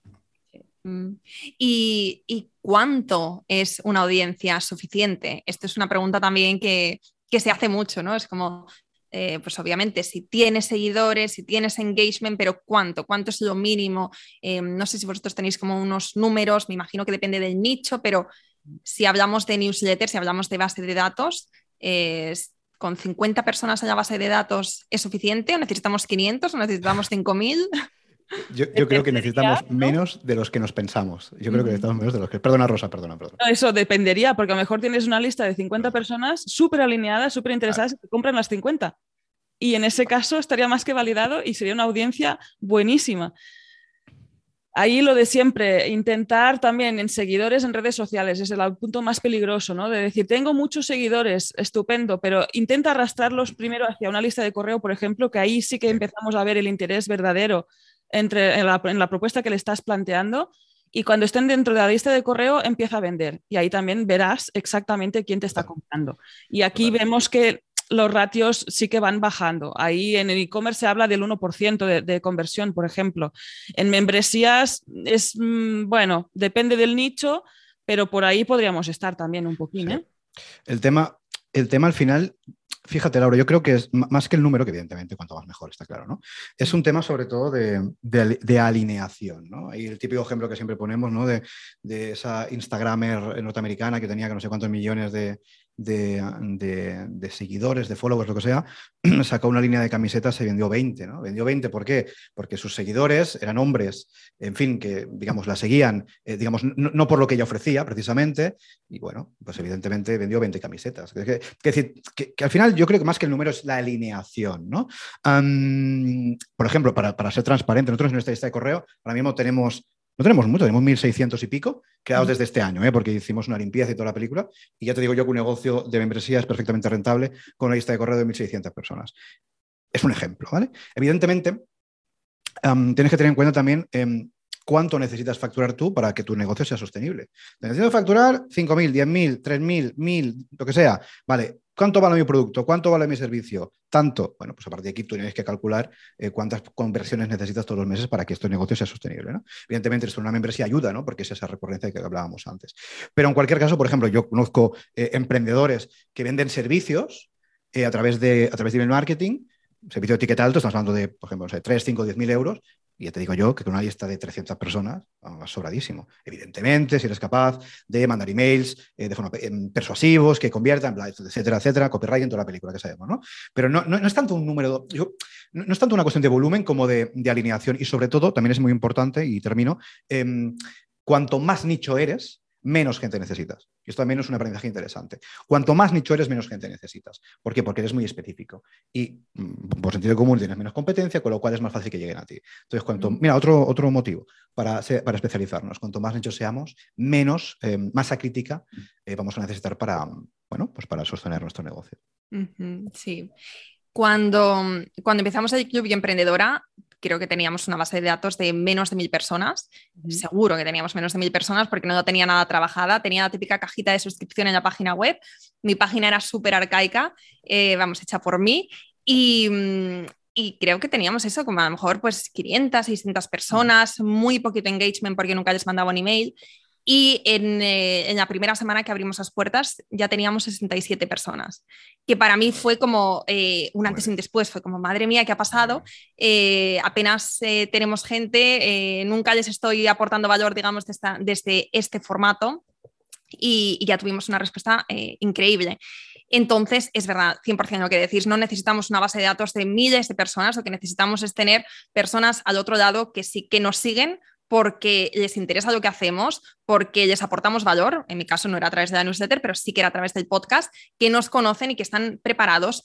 ¿Y, y cuánto es una audiencia suficiente? Esto es una pregunta también que, que se hace mucho, ¿no? Es como, eh, pues obviamente, si tienes seguidores, si tienes engagement, pero ¿cuánto? ¿Cuánto es lo mínimo? Eh, no sé si vosotros tenéis como unos números, me imagino que depende del nicho, pero si hablamos de newsletter, si hablamos de base de datos, eh, ¿con cincuenta personas en la base de datos es suficiente? ¿O necesitamos quinientos? ¿O necesitamos cinco mil? Yo, yo creo que necesitamos ¿no? menos de los que nos pensamos. Yo creo que necesitamos menos de los que... Perdona, Rosa, perdona, perdona. No, eso dependería, porque a lo mejor tienes una lista de cincuenta personas súper alineadas, súper interesadas, que compran las cincuenta. Y en ese caso estaría más que validado y sería una audiencia buenísima. Ahí lo de siempre, intentar también en seguidores en redes sociales, es el punto más peligroso, ¿no? De decir, tengo muchos seguidores, estupendo, pero intenta arrastrarlos primero hacia una lista de correo, por ejemplo, que ahí sí que empezamos a ver el interés verdadero entre, en, la, en la propuesta que le estás planteando, y cuando estén dentro de la lista de correo empieza a vender, y ahí también verás exactamente quién te está comprando. Y aquí vemos que los ratios sí que van bajando. Ahí en el e-commerce se habla del uno por ciento de, de conversión, por ejemplo. En membresías es, mmm, bueno, depende del nicho, pero por ahí podríamos estar también un poquín, ¿eh? Sí. El tema, el tema al final, fíjate, Laura, yo creo que es más que el número, que evidentemente cuanto más mejor, está claro, ¿no? Es un tema sobre todo de, de, de alineación, ¿no? Y el típico ejemplo que siempre ponemos, ¿no? De, de esa Instagramer norteamericana que tenía que no sé cuántos millones de... De, de, de seguidores, de followers, lo que sea, sacó una línea de camisetas y vendió veinte, ¿no? Vendió veinte, ¿por qué? Porque sus seguidores eran hombres, en fin, que, digamos, la seguían, eh, digamos, no, no por lo que ella ofrecía, precisamente, y bueno, pues evidentemente vendió veinte camisetas. Es que, que, decir, que, que al final yo creo que más que el número es la alineación, ¿no? Um, por ejemplo, para, para ser transparente, nosotros en nuestra lista de correo ahora mismo tenemos... No tenemos mucho, tenemos mil seiscientos y pico creados desde este año, ¿eh? Porque hicimos una limpieza y toda la película. Y ya te digo yo que un negocio de membresía es perfectamente rentable con una lista de correo de mil seiscientas personas. Es un ejemplo, ¿vale? Evidentemente, um, tienes que tener en cuenta también um, cuánto necesitas facturar tú para que tu negocio sea sostenible. Necesito facturar cinco mil, diez mil, tres mil, mil, lo que sea. Vale, ¿cuánto vale mi producto? ¿Cuánto vale mi servicio? Tanto. Bueno, pues a partir de aquí tú tienes que calcular eh, cuántas conversiones necesitas todos los meses para que este negocio sea sostenible, ¿no? Evidentemente, esto en una membresía ayuda, ¿no? Porque es esa recurrencia que hablábamos antes. Pero en cualquier caso, por ejemplo, yo conozco eh, emprendedores que venden servicios eh, a través de, a través de email marketing, servicio de ticket alto, estamos hablando de, por ejemplo, no sé, tres, cinco, diez mil euros. Y ya te digo yo que con una lista de trescientas personas va sobradísimo. Evidentemente, si eres capaz de mandar emails eh, de forma eh, persuasivos, que conviertan, bla, etcétera, etcétera, copyright en toda la película que sabemos, ¿no? Pero no, no, no es tanto un número, yo, no, no es tanto una cuestión de volumen como de, de alineación, y sobre todo, también es muy importante, y termino, eh, cuanto más nicho eres, menos gente necesitas. Y esto también es un aprendizaje interesante. Cuanto más nicho eres, menos gente necesitas. ¿Por qué? Porque eres muy específico. Y por sentido común tienes menos competencia, con lo cual es más fácil que lleguen a ti. Entonces, cuanto, mira, otro, otro motivo para, para especializarnos. Cuanto más nichos seamos, menos eh, masa crítica eh, vamos a necesitar para, bueno, pues para sostener nuestro negocio. Uh-huh, sí. Cuando, cuando empezamos el Club y Emprendedora, creo que teníamos una base de datos de menos de mil personas. Uh-huh. Seguro que teníamos menos de mil personas porque no tenía nada trabajada. Tenía la típica cajita de suscripción en la página web. Mi página era súper arcaica, eh, vamos, hecha por mí. Y, y creo que teníamos eso, como a lo mejor pues quinientas, seiscientas personas, muy poquito engagement porque nunca les mandaba un email. Y en, eh, en la primera semana que abrimos las puertas ya teníamos sesenta y siete personas, que para mí fue como eh, un antes y un después, fue como, madre mía, ¿qué ha pasado? Eh, apenas eh, tenemos gente, eh, nunca les estoy aportando valor, digamos, de esta, desde este formato, y, y ya tuvimos una respuesta eh, increíble. Entonces, es verdad, cien por ciento lo que decís, no necesitamos una base de datos de miles de personas, lo que necesitamos es tener personas al otro lado que sí que nos siguen, porque les interesa lo que hacemos, porque les aportamos valor, en mi caso no era a través de la newsletter, pero sí que era a través del podcast, que nos conocen y que están preparados para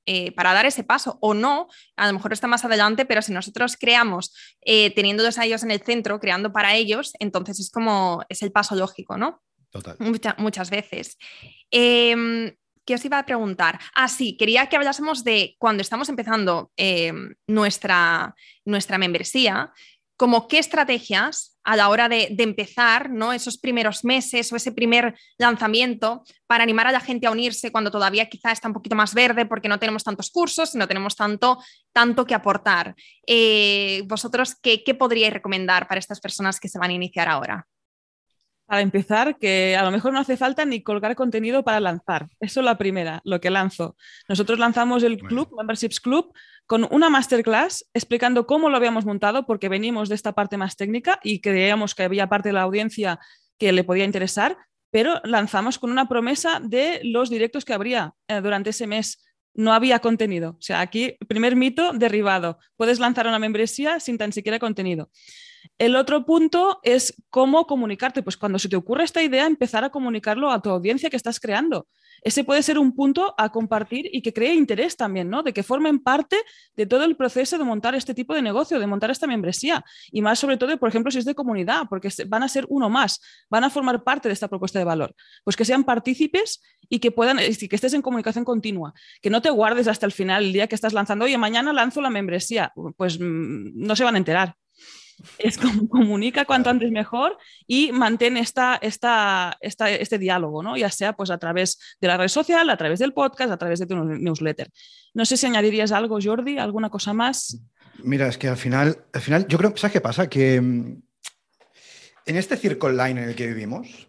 eh, para dar ese paso, o no, a lo mejor está más adelante, pero si nosotros creamos eh, teniéndolos a ellos en el centro, creando para ellos, entonces es como, es el paso lógico, ¿no? Total. Mucha, muchas veces. Eh, ¿Qué os iba a preguntar? Ah, sí, quería que hablásemos de cuando estamos empezando eh, nuestra, nuestra membresía, como qué estrategias a la hora de, de empezar, ¿no? Esos primeros meses o ese primer lanzamiento para animar a la gente a unirse cuando todavía quizá está un poquito más verde porque no tenemos tantos cursos y no tenemos tanto, tanto que aportar. Eh, ¿Vosotros qué, qué podríais recomendar para estas personas que se van a iniciar ahora? Para empezar, que a lo mejor no hace falta ni colgar contenido para lanzar. Eso es la primera, lo que lanzo. Nosotros lanzamos el club, bueno. Memberships Club, con una masterclass explicando cómo lo habíamos montado, porque venimos de esta parte más técnica y creíamos que había parte de la audiencia que le podía interesar, pero lanzamos con una promesa de los directos que habría eh, durante ese mes. No había contenido. O sea, aquí, primer mito derribado. Puedes lanzar una membresía sin tan siquiera contenido. El otro punto es cómo comunicarte. Pues cuando se te ocurre esta idea, empezar a comunicarlo a tu audiencia que estás creando. Ese puede ser un punto a compartir y que cree interés también, ¿no? De que formen parte de todo el proceso de montar este tipo de negocio, de montar esta membresía. Y más sobre todo, por ejemplo, si es de comunidad, porque van a ser uno más, van a formar parte de esta propuesta de valor. Pues que sean partícipes y que puedan, y que estés en comunicación continua. Que no te guardes hasta el final, el día que estás lanzando, oye, mañana lanzo la membresía. Pues mmm, no se van a enterar. Es como comunica cuanto antes mejor y mantén esta, esta, esta, este diálogo, ¿no? Ya sea pues, a través de la red social, a través del podcast, a través de tu newsletter. No sé si añadirías algo, Jordi, alguna cosa más. Mira, es que al final, al final yo creo, ¿sabes qué pasa? Que en este circle line en el que vivimos,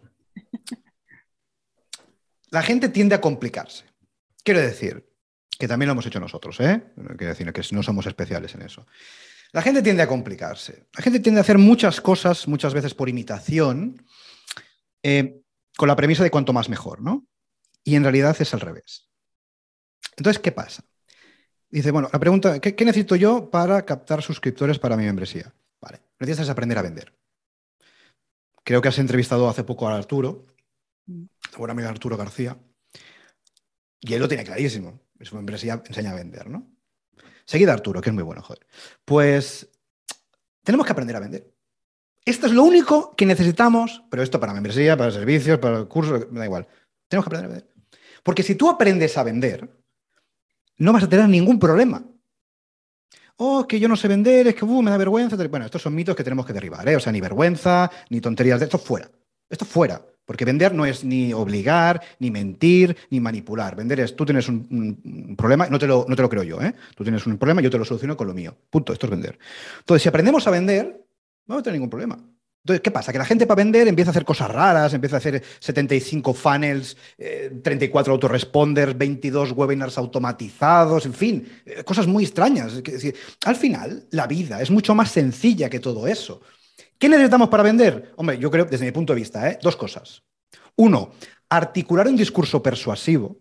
la gente tiende a complicarse. Quiero decir, que también lo hemos hecho nosotros, ¿eh? Quiero decir que no somos especiales en eso. La gente tiende a complicarse. La gente tiende a hacer muchas cosas, muchas veces por imitación, eh, con la premisa de cuanto más mejor, ¿no? Y en realidad es al revés. Entonces, ¿qué pasa? Dice, bueno, la pregunta, ¿qué, qué necesito yo para captar suscriptores para mi membresía? Vale, necesitas aprender a vender. Creo que has entrevistado hace poco a Arturo, a buen amigo Arturo García, y él lo tiene clarísimo. Su membresía enseña a vender, ¿no? Seguid a Arturo, que es muy bueno, joder. Pues tenemos que aprender a vender. Esto es lo único que necesitamos, pero esto para membresía, para servicios, para el curso, me da igual. Tenemos que aprender a vender. Porque si tú aprendes a vender, no vas a tener ningún problema. Oh, que yo no sé vender, es que uh, me da vergüenza. Bueno, estos son mitos que tenemos que derribar, ¿eh? O sea, ni vergüenza, ni tonterías de esto, fuera. Esto fuera. Porque vender no es ni obligar, ni mentir, ni manipular. Vender es, tú tienes un, un, un problema, no te, lo, no te lo creo yo, ¿eh? Tú tienes un problema, yo te lo soluciono con lo mío. Punto, esto es vender. Entonces, si aprendemos a vender, no vamos a tener ningún problema. Entonces, ¿qué pasa? Que la gente para vender empieza a hacer cosas raras, empieza a hacer setenta y cinco funnels, eh, treinta y cuatro autoresponders, veintidós webinars automatizados, en fin, eh, cosas muy extrañas. Es decir, al final, la vida es mucho más sencilla que todo eso. ¿Qué necesitamos para vender? Hombre, yo creo, desde mi punto de vista, ¿eh? dos cosas. Uno, articular un discurso persuasivo.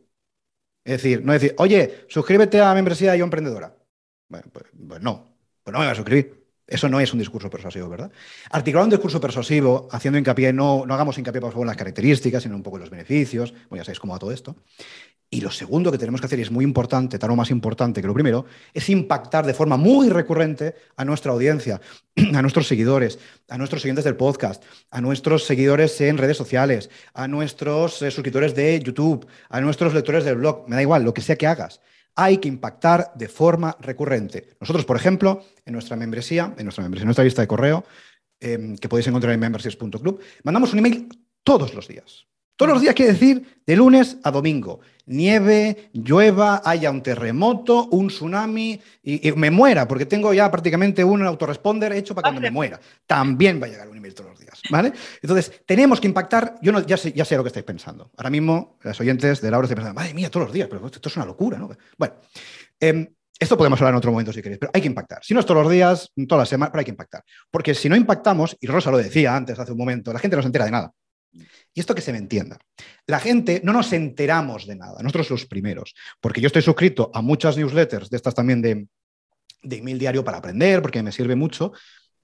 Es decir, no decir, oye, suscríbete a membresía Yo Emprendedora. Bueno, pues, pues no, pues no me voy a suscribir. Eso no es un discurso persuasivo, ¿verdad? Articular un discurso persuasivo, haciendo hincapié, no, no hagamos hincapié por favor en las características, sino un poco en los beneficios. Bueno, ya sabéis cómo va todo esto. Y lo segundo que tenemos que hacer, y es muy importante, tal o más importante que lo primero, es impactar de forma muy recurrente a nuestra audiencia, a nuestros seguidores, a nuestros siguientes del podcast, a nuestros seguidores en redes sociales, a nuestros eh, suscriptores de YouTube, a nuestros lectores del blog. Me da igual, lo que sea que hagas. Hay que impactar de forma recurrente. Nosotros, por ejemplo, en nuestra membresía, en nuestra membresía, en nuestra lista de correo, eh, que podéis encontrar en memberships punto club, mandamos un email todos los días. Todos los días quiere decir de lunes a domingo. Nieve, llueva, haya un terremoto, un tsunami y, y me muera, porque tengo ya prácticamente un autoresponder hecho para cuando me muera. También va a llegar un email todos los días, ¿vale? Entonces, tenemos que impactar. Yo no, ya, sé, ya sé lo que estáis pensando. Ahora mismo, los oyentes de Laura están pensando, madre mía, todos los días, pero esto es una locura, ¿no? Bueno, eh, esto podemos hablar en otro momento si queréis, pero hay que impactar. Si no es todos los días, todas las semanas, pero hay que impactar. Porque si no impactamos, y Rosa lo decía antes, hace un momento, la gente no se entera de nada. Y esto que se me entienda. La gente no nos enteramos de nada, nosotros los primeros, porque yo estoy suscrito a muchas newsletters de estas también de, de email diario para aprender, porque me sirve mucho,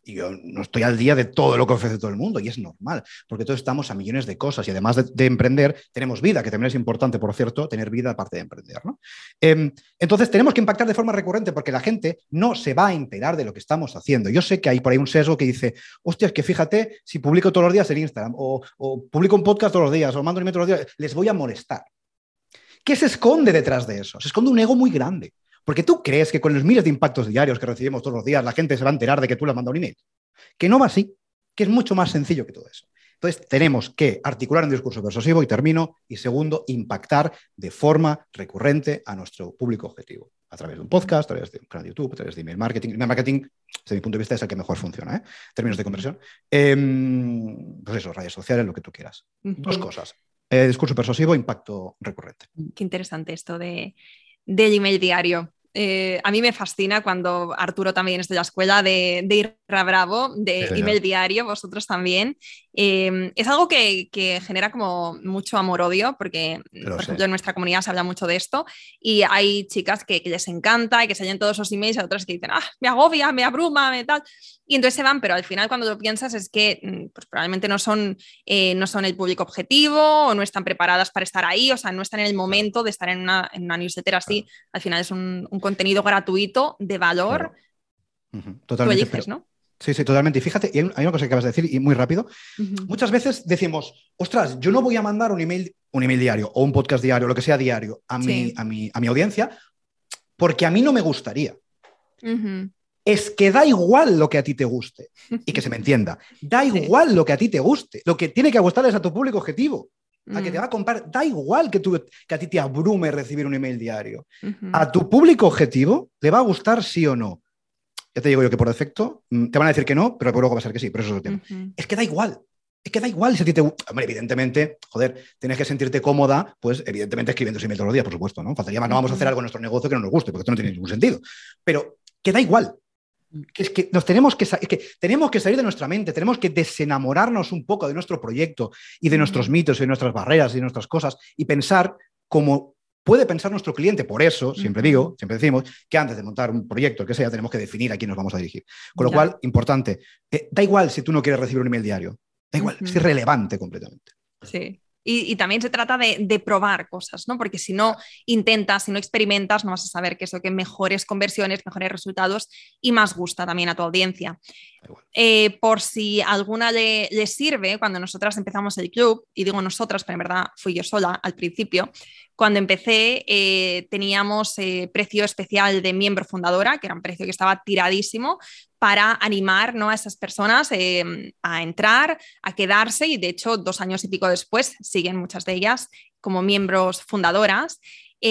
y yo no estoy al día de todo lo que ofrece todo el mundo, y es normal, porque todos estamos a millones de cosas, y además de, de emprender, tenemos vida, que también es importante, por cierto, tener vida aparte de emprender, ¿no? Eh, entonces, tenemos que impactar de forma recurrente, porque la gente no se va a enterar de lo que estamos haciendo. Yo sé que hay por ahí un sesgo que dice, hostia, es que fíjate, si publico todos los días en Instagram, o, o publico un podcast todos los días, o mando un email todos los días, les voy a molestar. ¿Qué se esconde detrás de eso? Se esconde un ego muy grande. Porque tú crees que con los miles de impactos diarios que recibimos todos los días, la gente se va a enterar de que tú le has mandado un email. Que no va así, que es mucho más sencillo que todo eso. Entonces, tenemos que articular un discurso persuasivo, y termino, y segundo, impactar de forma recurrente a nuestro público objetivo. A través de un podcast, a través de un canal de YouTube, a través de email marketing. Email marketing, desde mi punto de vista, es el que mejor funciona, ¿eh? En términos de conversión. Eh, pues eso, redes sociales, lo que tú quieras. Uh-huh. Dos cosas. Eh, discurso persuasivo, impacto recurrente. Qué interesante esto de, del email diario. Eh, a mí me fascina cuando Arturo también es de la escuela de, de Irra Bravo, de sí, email diario, vosotros también. Eh, es algo que, que genera como mucho amor-odio, porque, Pero por sí. ejemplo, en nuestra comunidad se habla mucho de esto, y hay chicas que, que les encanta y que se hallan todos esos emails, y otras que dicen, ah, me agobia, me abruma, me tal... Y entonces se van, pero al final cuando lo piensas es que pues, probablemente no son, eh, no son el público objetivo, o no están preparadas para estar ahí, o sea, no están en el momento de estar en una, en una newsletter así. Claro. Al final es un, un contenido gratuito de valor. Claro. Uh-huh. Totalmente. Tú eliges, pero... ¿no? Sí, sí, totalmente. Y fíjate, y hay una cosa que acabas de decir, y muy rápido. Uh-huh. Muchas veces decimos, ostras, yo no voy a mandar un email, un email diario o un podcast diario, lo que sea diario, a, sí. mi, a, mi, a mi audiencia, porque a mí no me gustaría. Uh-huh. Es que da igual lo que a ti te guste, y que se me entienda, da igual sí. lo que a ti te guste, lo que tiene que gustarles a tu público objetivo, a mm. que te va a comprar, da igual que, tú, que a ti te abrume recibir un email diario. Uh-huh. A tu público objetivo le va a gustar sí o no. Ya te digo yo que por defecto te van a decir que no, pero luego va a ser que sí, pero eso es otro tema. Uh-huh. Es que da igual. Es que da igual si a ti te gusta. Hombre, evidentemente, joder, tienes que sentirte cómoda, pues evidentemente escribiendo email todos los días, por supuesto, ¿no? Faltaría más, no vamos a hacer algo en nuestro negocio que no nos guste, porque esto no tiene ningún sentido. Pero que da igual. Que es que, nos tenemos que, es que tenemos que salir de nuestra mente, tenemos que desenamorarnos un poco de nuestro proyecto y de nuestros mitos y de nuestras barreras y de nuestras cosas, y pensar como puede pensar nuestro cliente. Por eso, siempre digo, siempre decimos que antes de montar un proyecto, el que sea, tenemos que definir a quién nos vamos a dirigir. Con lo ya. cual, importante, eh, da igual si tú no quieres recibir un email diario, da igual, uh-huh. es irrelevante completamente. Sí. Y, y también se trata de, de probar cosas, ¿no? Porque si no intentas, si no experimentas, no vas a saber qué es lo que mejores conversiones, mejores resultados y más gusta también a tu audiencia. Eh, por si alguna le, le sirve, cuando nosotras empezamos el club, y digo nosotras, pero en verdad fui yo sola al principio, cuando empecé eh, teníamos eh, precio especial de miembro fundadora, que era un precio que estaba tiradísimo, para animar, ¿no?, a esas personas eh, a entrar, a quedarse, y de hecho dos años y pico después siguen muchas de ellas como miembros fundadoras.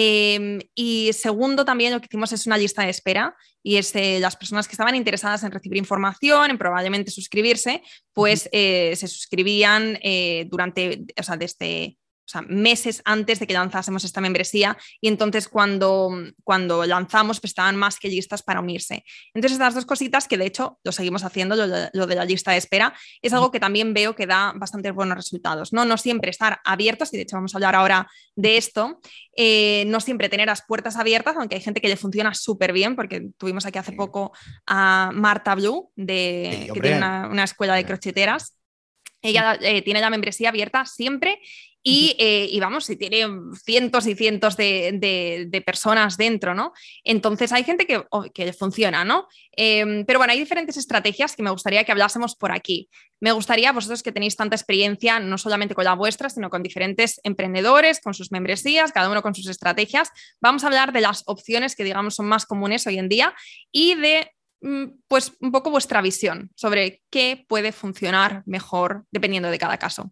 Eh, y segundo, también lo que hicimos es una lista de espera, y es eh, las personas que estaban interesadas en recibir información, en probablemente suscribirse, pues eh, se suscribían eh, durante, o sea, desde... O sea, meses antes de que lanzásemos esta membresía, y entonces cuando, cuando lanzamos pues estaban más que listas para unirse. Entonces estas dos cositas, que de hecho lo seguimos haciendo, lo de, lo de la lista de espera, es algo que también veo que da bastante buenos resultados, ¿no? No siempre estar abiertos, y de hecho vamos a hablar ahora de esto, eh, no siempre tener las puertas abiertas, aunque hay gente que le funciona súper bien, porque tuvimos aquí hace poco a Marta Blue, de, sí, que tiene una, una escuela de crocheteras. Ella eh, tiene la membresía abierta siempre. Y, eh, y vamos, si tiene cientos y cientos de, de, de personas dentro, ¿no? Entonces hay gente que, oh, que funciona, ¿no? Eh, pero bueno, hay diferentes estrategias que me gustaría que hablásemos por aquí. Me gustaría, vosotros que tenéis tanta experiencia, no solamente con la vuestra, sino con diferentes emprendedores, con sus membresías, cada uno con sus estrategias, vamos a hablar de las opciones que, digamos, son más comunes hoy en día, y de pues un poco vuestra visión sobre qué puede funcionar mejor dependiendo de cada caso.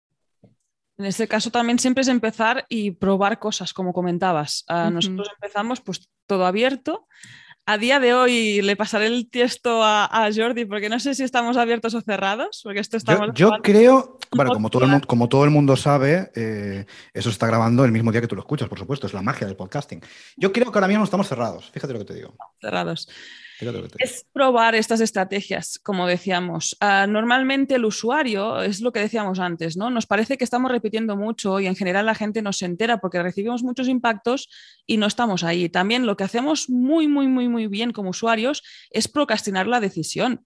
En este caso también siempre es empezar y probar cosas, como comentabas. Uh, uh-huh. Nosotros empezamos pues todo abierto. A día de hoy le pasaré el tiesto a, a Jordi, porque no sé si estamos abiertos o cerrados, porque esto estamos... Yo, yo creo, bueno, como todo, el mundo, como todo el mundo sabe, eh, eso se está grabando el mismo día que tú lo escuchas, por supuesto, es la magia del podcasting. Yo creo que ahora mismo estamos cerrados, fíjate lo que te digo. Cerrados. Es probar estas estrategias, como decíamos. Uh, normalmente el usuario, es lo que decíamos antes, ¿no? Nos parece que estamos repitiendo mucho, y en general la gente no se entera porque recibimos muchos impactos y no estamos ahí. También lo que hacemos muy, muy, muy, muy bien como usuarios es procrastinar la decisión.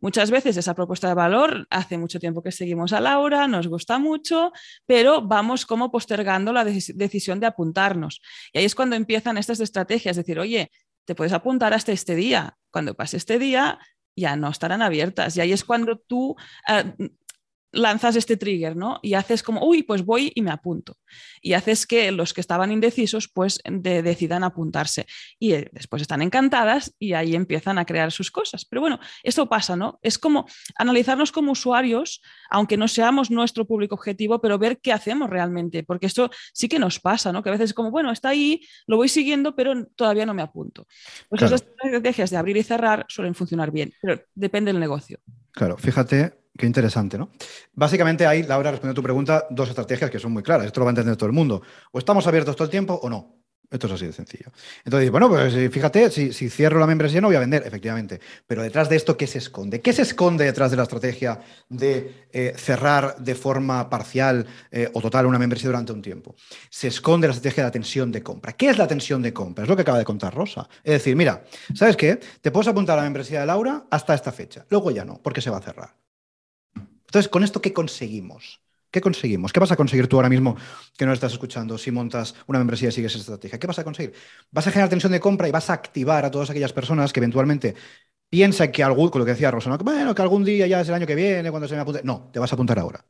Muchas veces esa propuesta de valor, hace mucho tiempo que seguimos a Laura, nos gusta mucho, pero vamos como postergando la de- decisión de apuntarnos. Y ahí es cuando empiezan estas estrategias, decir, oye, te puedes apuntar hasta este día. Cuando pase este día, ya no estarán abiertas. Y ahí es cuando tú eh, lanzas este trigger, ¿no? Y haces como, uy, pues voy y me apunto. Y haces que los que estaban indecisos, pues de, decidan apuntarse. Y eh, después están encantadas y ahí empiezan a crear sus cosas. Pero bueno, esto pasa, ¿no? Es como analizarnos como usuarios, aunque no seamos nuestro público objetivo, pero ver qué hacemos realmente, porque esto sí que nos pasa, ¿no? Que a veces es como, bueno, está ahí, lo voy siguiendo, pero todavía no me apunto. Pues Claro. esas estrategias de abrir y cerrar suelen funcionar bien, pero depende del negocio. Claro, fíjate qué interesante, ¿no? Básicamente hay, Laura, respondiendo a tu pregunta, dos estrategias que son muy claras. Esto lo va a entender todo el mundo. O estamos abiertos todo el tiempo o no. Esto es así de sencillo. Entonces, bueno, pues fíjate, si, si cierro la membresía no voy a vender, efectivamente. Pero detrás de esto, ¿qué se esconde? ¿Qué se esconde detrás de la estrategia de eh, cerrar de forma parcial eh, o total una membresía durante un tiempo? Se esconde la estrategia de la tensión de compra. ¿Qué es la tensión de compra? Es lo que acaba de contar Rosa. Es decir, mira, ¿sabes qué? Te puedes apuntar a la membresía de Laura hasta esta fecha. Luego ya no, porque se va a cerrar. Entonces, ¿con esto qué conseguimos? ¿Qué conseguimos? ¿Qué vas a conseguir tú ahora mismo que no estás escuchando si montas una membresía y sigues esa estrategia? ¿Qué vas a conseguir? Vas a generar tensión de compra y vas a activar a todas aquellas personas que eventualmente piensan que algún, con lo que decía Rosa, ¿no? Que, bueno, que algún día ya es el año que viene, cuando se me apunte. No, te vas a apuntar ahora.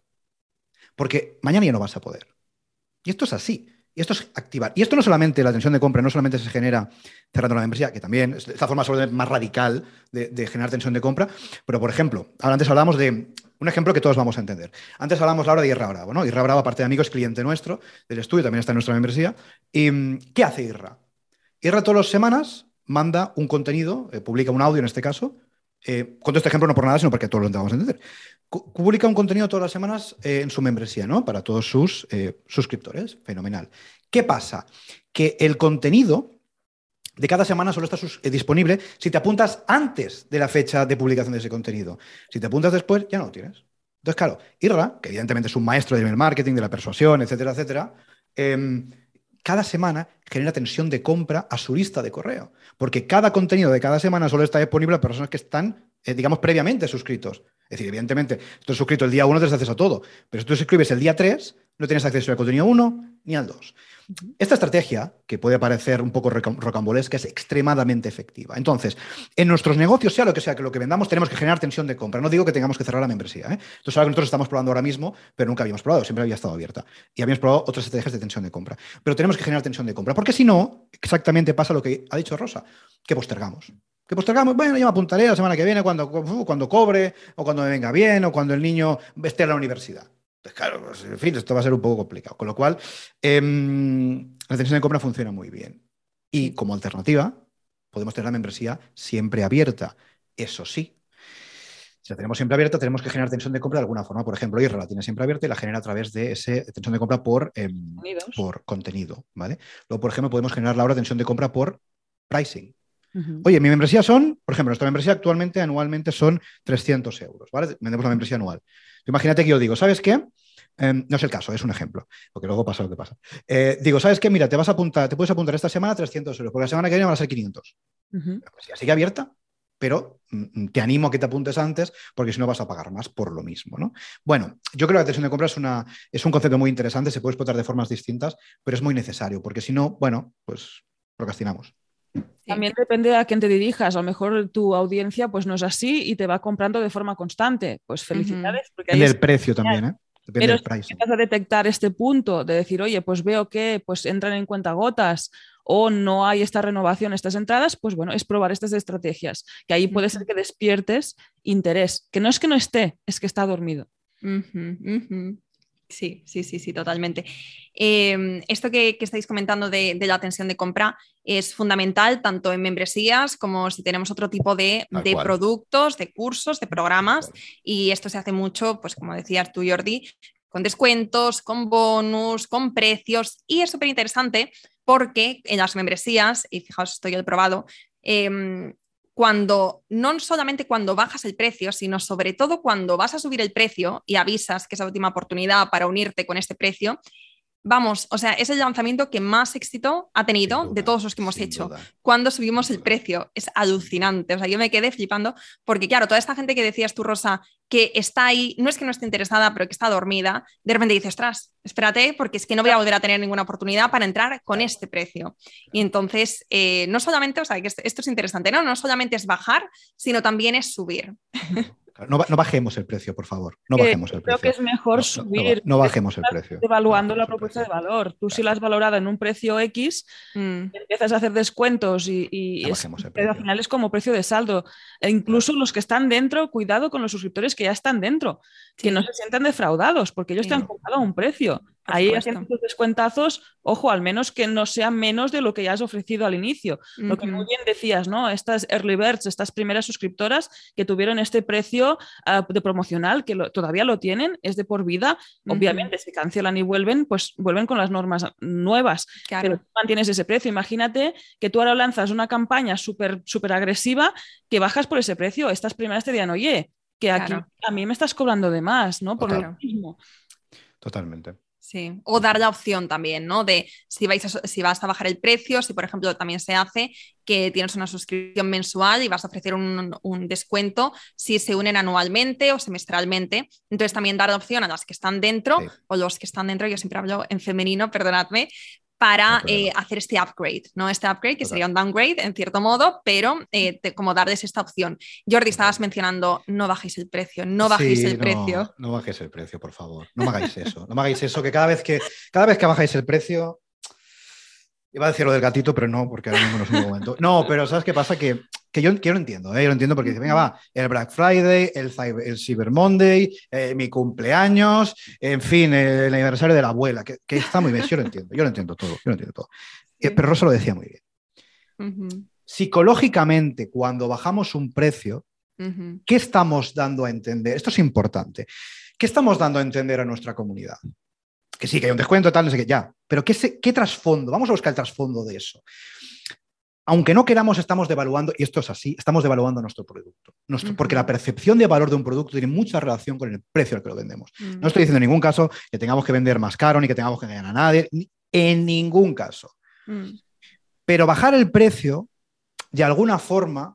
Porque mañana ya no vas a poder. Y esto es así. Y esto es activar. Y esto no solamente, la tensión de compra, no solamente se genera cerrando la membresía, que también es esta forma más radical de, de generar tensión de compra, pero por ejemplo, antes hablamos de un ejemplo que todos vamos a entender. Antes hablamos, Laura, de Irra Bravo, ¿no? Irra Bravo, aparte de amigo, es cliente nuestro del estudio, también está en nuestra membresía. ¿Y qué hace Irra? Irra todas las semanas manda un contenido, eh, publica un audio en este caso. Eh, cuento este ejemplo no por nada, sino porque todos lo vamos a entender. Publica un contenido todas las semanas eh, en su membresía, ¿no? Para todos sus eh, suscriptores. Fenomenal. ¿Qué pasa? Que el contenido de cada semana solo está sus, eh, disponible si te apuntas antes de la fecha de publicación de ese contenido. Si te apuntas después, ya no lo tienes. Entonces, claro, Irra, que evidentemente es un maestro del marketing, de la persuasión, etcétera, etcétera, eh, cada semana genera tensión de compra a su lista de correo. Porque cada contenido de cada semana solo está disponible a personas que están, eh, digamos, previamente suscritos. Es decir, evidentemente, tú estás suscrito el día uno, tienes acceso a todo. Pero si tú suscribes el día tres, no tienes acceso al contenido uno ni al dos. Esta estrategia, que puede parecer un poco rocambolesca, es extremadamente efectiva. Entonces, en nuestros negocios, sea lo que sea que lo que vendamos, tenemos que generar tensión de compra. No digo que tengamos que cerrar la membresía, ¿eh? Esto es algo que nosotros estamos probando ahora mismo, pero nunca habíamos probado, siempre había estado abierta. Y habíamos probado otras estrategias de tensión de compra. Pero tenemos que generar tensión de compra, porque si no, exactamente pasa lo que ha dicho Rosa, que postergamos. Que postergamos, bueno, ya me apuntaré la semana que viene cuando, cuando cobre, o cuando me venga bien, o cuando el niño esté en la universidad. Pues claro, pues, en fin, esto va a ser un poco complicado. Con lo cual, eh, la tensión de compra funciona muy bien. Y como alternativa, podemos tener la membresía siempre abierta. Eso sí, si la tenemos siempre abierta, tenemos que generar tensión de compra de alguna forma. Por ejemplo, Irra la tiene siempre abierta y la genera a través de esa tensión de compra por, eh, por contenido, ¿vale? Luego, por ejemplo, podemos generar la hora tensión de compra por pricing. Uh-huh. Oye, mi membresía son, por ejemplo, nuestra membresía actualmente, anualmente son trescientos euros, ¿vale? Vendemos la membresía anual. Imagínate que yo digo, ¿sabes qué? Eh, no es el caso, es un ejemplo, porque luego pasa lo que pasa. Eh, digo, ¿sabes qué? Mira, te vas a apuntar, te puedes apuntar esta semana a trescientos euros, porque la semana que viene van a ser quinientos. Uh-huh. La membresía sigue abierta, pero mm, te animo a que te apuntes antes, porque si no vas a pagar más por lo mismo, ¿no? Bueno, yo creo que la tensión de compra es, una, es un concepto muy interesante, se puede explotar de formas distintas, pero es muy necesario, porque si no, bueno, pues procrastinamos. También depende a quién te dirijas. A lo mejor tu audiencia pues no es así y te va comprando de forma constante. Pues felicidades. Uh-huh. Porque depende del precio también, ¿eh? Depende Pero del precio. Si empiezas a detectar este punto de decir, oye, pues veo que pues entran en cuentagotas o no hay esta renovación, estas entradas, pues bueno, es probar estas estrategias. Que ahí puede ser que despiertes interés. Que no es que no esté, es que está dormido. Uh-huh, uh-huh. Sí, sí, sí, sí, totalmente. Eh, esto que, que estáis comentando de, de la tensión de compra es fundamental tanto en membresías como si tenemos otro tipo de, de productos, de cursos, de programas, y esto se hace mucho, pues como decías tú, Jordi, con descuentos, con bonus, con precios, y es súper interesante porque en las membresías, y fijaos, esto yo he probado, eh, cuando, no solamente cuando bajas el precio, sino sobre todo cuando vas a subir el precio y avisas que es la última oportunidad para unirte con este precio, vamos, o sea, es el lanzamiento que más éxito ha tenido duda, de todos los que hemos sin hecho. duda. Cuando subimos Sin el duda. precio, es alucinante. O sea, yo me quedé flipando porque, claro, toda esta gente que decías tú, Rosa, que está ahí, no es que no esté interesada, pero que está dormida, de repente dice, ostras, espérate, porque es que no voy a volver a tener ninguna oportunidad para entrar con este precio. Y entonces, eh, no solamente, o sea, que esto es interesante, ¿no? No solamente es bajar, sino también es subir. No, no bajemos el precio, por favor. No que bajemos el creo precio. que es mejor no, subir. No, no bajemos el precio. Devaluando no la el propuesta precio. de valor. Tú Claro. si la has valorado en un precio X, Mm. empiezas a hacer descuentos y, y No es, bajemos el pero al precio. final es como precio de saldo. E incluso Claro. los que están dentro, cuidado con los suscriptores que ya están dentro, Sí. que no se sientan defraudados, porque ellos Sí. te han comprado a un precio. Por Ahí supuesto. haciendo estos descuentazos, ojo, al menos que no sea menos de lo que ya has ofrecido al inicio. Uh-huh. Lo que muy bien decías, ¿no? Estas early birds, estas primeras suscriptoras que tuvieron este precio uh, de promocional, que lo, todavía lo tienen, es de por vida. Uh-huh. Obviamente, si cancelan y vuelven, pues vuelven con las normas nuevas. Claro. Pero tú mantienes ese precio. Imagínate que tú ahora lanzas una campaña súper súper agresiva que bajas por ese precio. Estas primeras te dirán, oye, que aquí claro. a mí me estás cobrando de más, ¿no? Por Total. lo mismo. Totalmente. Sí, o dar la opción también, ¿no? De si, vais a, si vas a bajar el precio, si por ejemplo también se hace que tienes una suscripción mensual y vas a ofrecer un, un descuento si se unen anualmente o semestralmente. Entonces también dar la opción a las que están dentro sí. o los que están dentro, yo siempre hablo en femenino, perdonadme, para no eh, hacer este upgrade, ¿no? Este upgrade que Total. Sería un downgrade en cierto modo, pero eh, te, como darles esta opción. Jordi, estabas mencionando, no bajéis el precio, no bajéis sí, el no, precio. No bajéis el precio, por favor. No me hagáis eso. No me hagáis eso, que cada vez que, cada vez que bajáis el precio... Iba a decir lo del gatito, pero no, porque ahora mismo no es un momento. No, pero ¿sabes qué pasa? Que, que, yo, que yo lo entiendo, ¿eh? Yo lo entiendo porque dice, venga, va, el Black Friday, el, el Cyber Monday, eh, mi cumpleaños, en fin, el aniversario de la abuela, que, que está muy bien, yo lo entiendo, yo lo entiendo todo, yo lo entiendo todo. Sí. Pero Rosa lo decía muy bien. Uh-huh. Psicológicamente, cuando bajamos un precio, uh-huh. ¿qué estamos dando a entender? Esto es importante. ¿Qué estamos dando a entender a nuestra comunidad? Que sí, que hay un descuento, tal, no sé qué, ya. Pero ¿qué, se, qué trasfondo? Vamos a buscar el trasfondo de eso. Aunque no queramos, estamos devaluando, y esto es así, estamos devaluando nuestro producto. Nuestro, uh-huh. Porque la percepción de valor de un producto tiene mucha relación con el precio al que lo vendemos. Uh-huh. No estoy diciendo en ningún caso que tengamos que vender más caro, ni que tengamos que engañar a nadie, en ningún caso. Uh-huh. Pero bajar el precio, de alguna forma,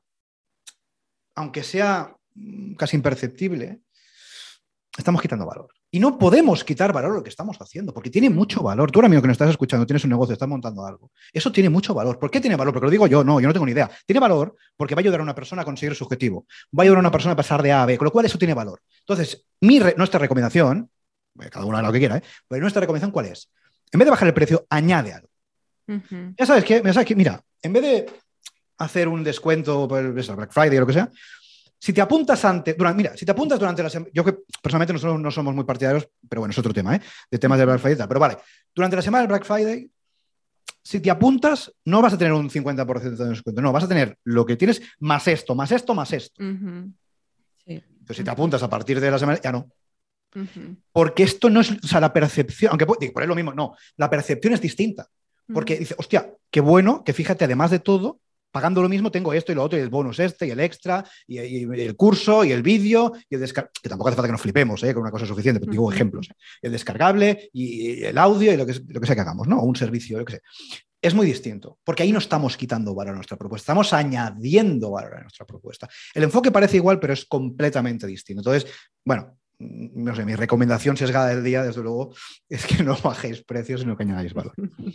aunque sea casi imperceptible, estamos quitando valor. Y no podemos quitar valor a lo que estamos haciendo, porque tiene mucho valor. Tú ahora mismo que nos estás escuchando, tienes un negocio, estás montando algo. Eso tiene mucho valor. ¿Por qué tiene valor? Porque lo digo yo, no, yo no tengo ni idea. Tiene valor porque va a ayudar a una persona a conseguir su objetivo. Va a ayudar a una persona a pasar de A a B, con lo cual eso tiene valor. Entonces, mi re- nuestra recomendación, cada uno haga lo que quiera, ¿eh? Pero nuestra recomendación, ¿cuál es? En vez de bajar el precio, añade algo. Uh-huh. Ya sabes que, ya sabes que, mira, en vez de hacer un descuento por el Black Friday o lo que sea, si te apuntas antes, durante, mira, si te apuntas durante la semana, yo que personalmente nosotros no somos muy partidarios, pero bueno, es otro tema, ¿eh? De temas del Black Friday, pero vale, durante la semana del Black Friday, si te apuntas, no vas a tener un cincuenta por ciento de descuento, no, vas a tener lo que tienes más esto, más esto, más esto. Uh-huh. Sí. Pero si te apuntas a partir de la semana, ya no. Uh-huh. Porque esto no es, o sea, la percepción, aunque digo, por ahí lo mismo, no, la percepción es distinta. Porque uh-huh. dice, hostia, qué bueno que fíjate, además de todo, pagando lo mismo tengo esto y lo otro, y el bonus este, y el extra, y, y, y el curso, y el vídeo, y el descargable, que tampoco hace falta que nos flipemos, ¿eh? Con una cosa suficiente, pero digo uh-huh. ejemplos. ¿eh? El descargable, y, y el audio, y lo que, lo que sea que hagamos, ¿no? O un servicio, lo que sea. Es muy distinto, porque ahí no estamos quitando valor a nuestra propuesta, estamos añadiendo valor a nuestra propuesta. El enfoque parece igual, pero es completamente distinto. Entonces, bueno, no sé, mi recomendación sesgada del día, desde luego, es que no bajéis precios, sino que añadáis valor.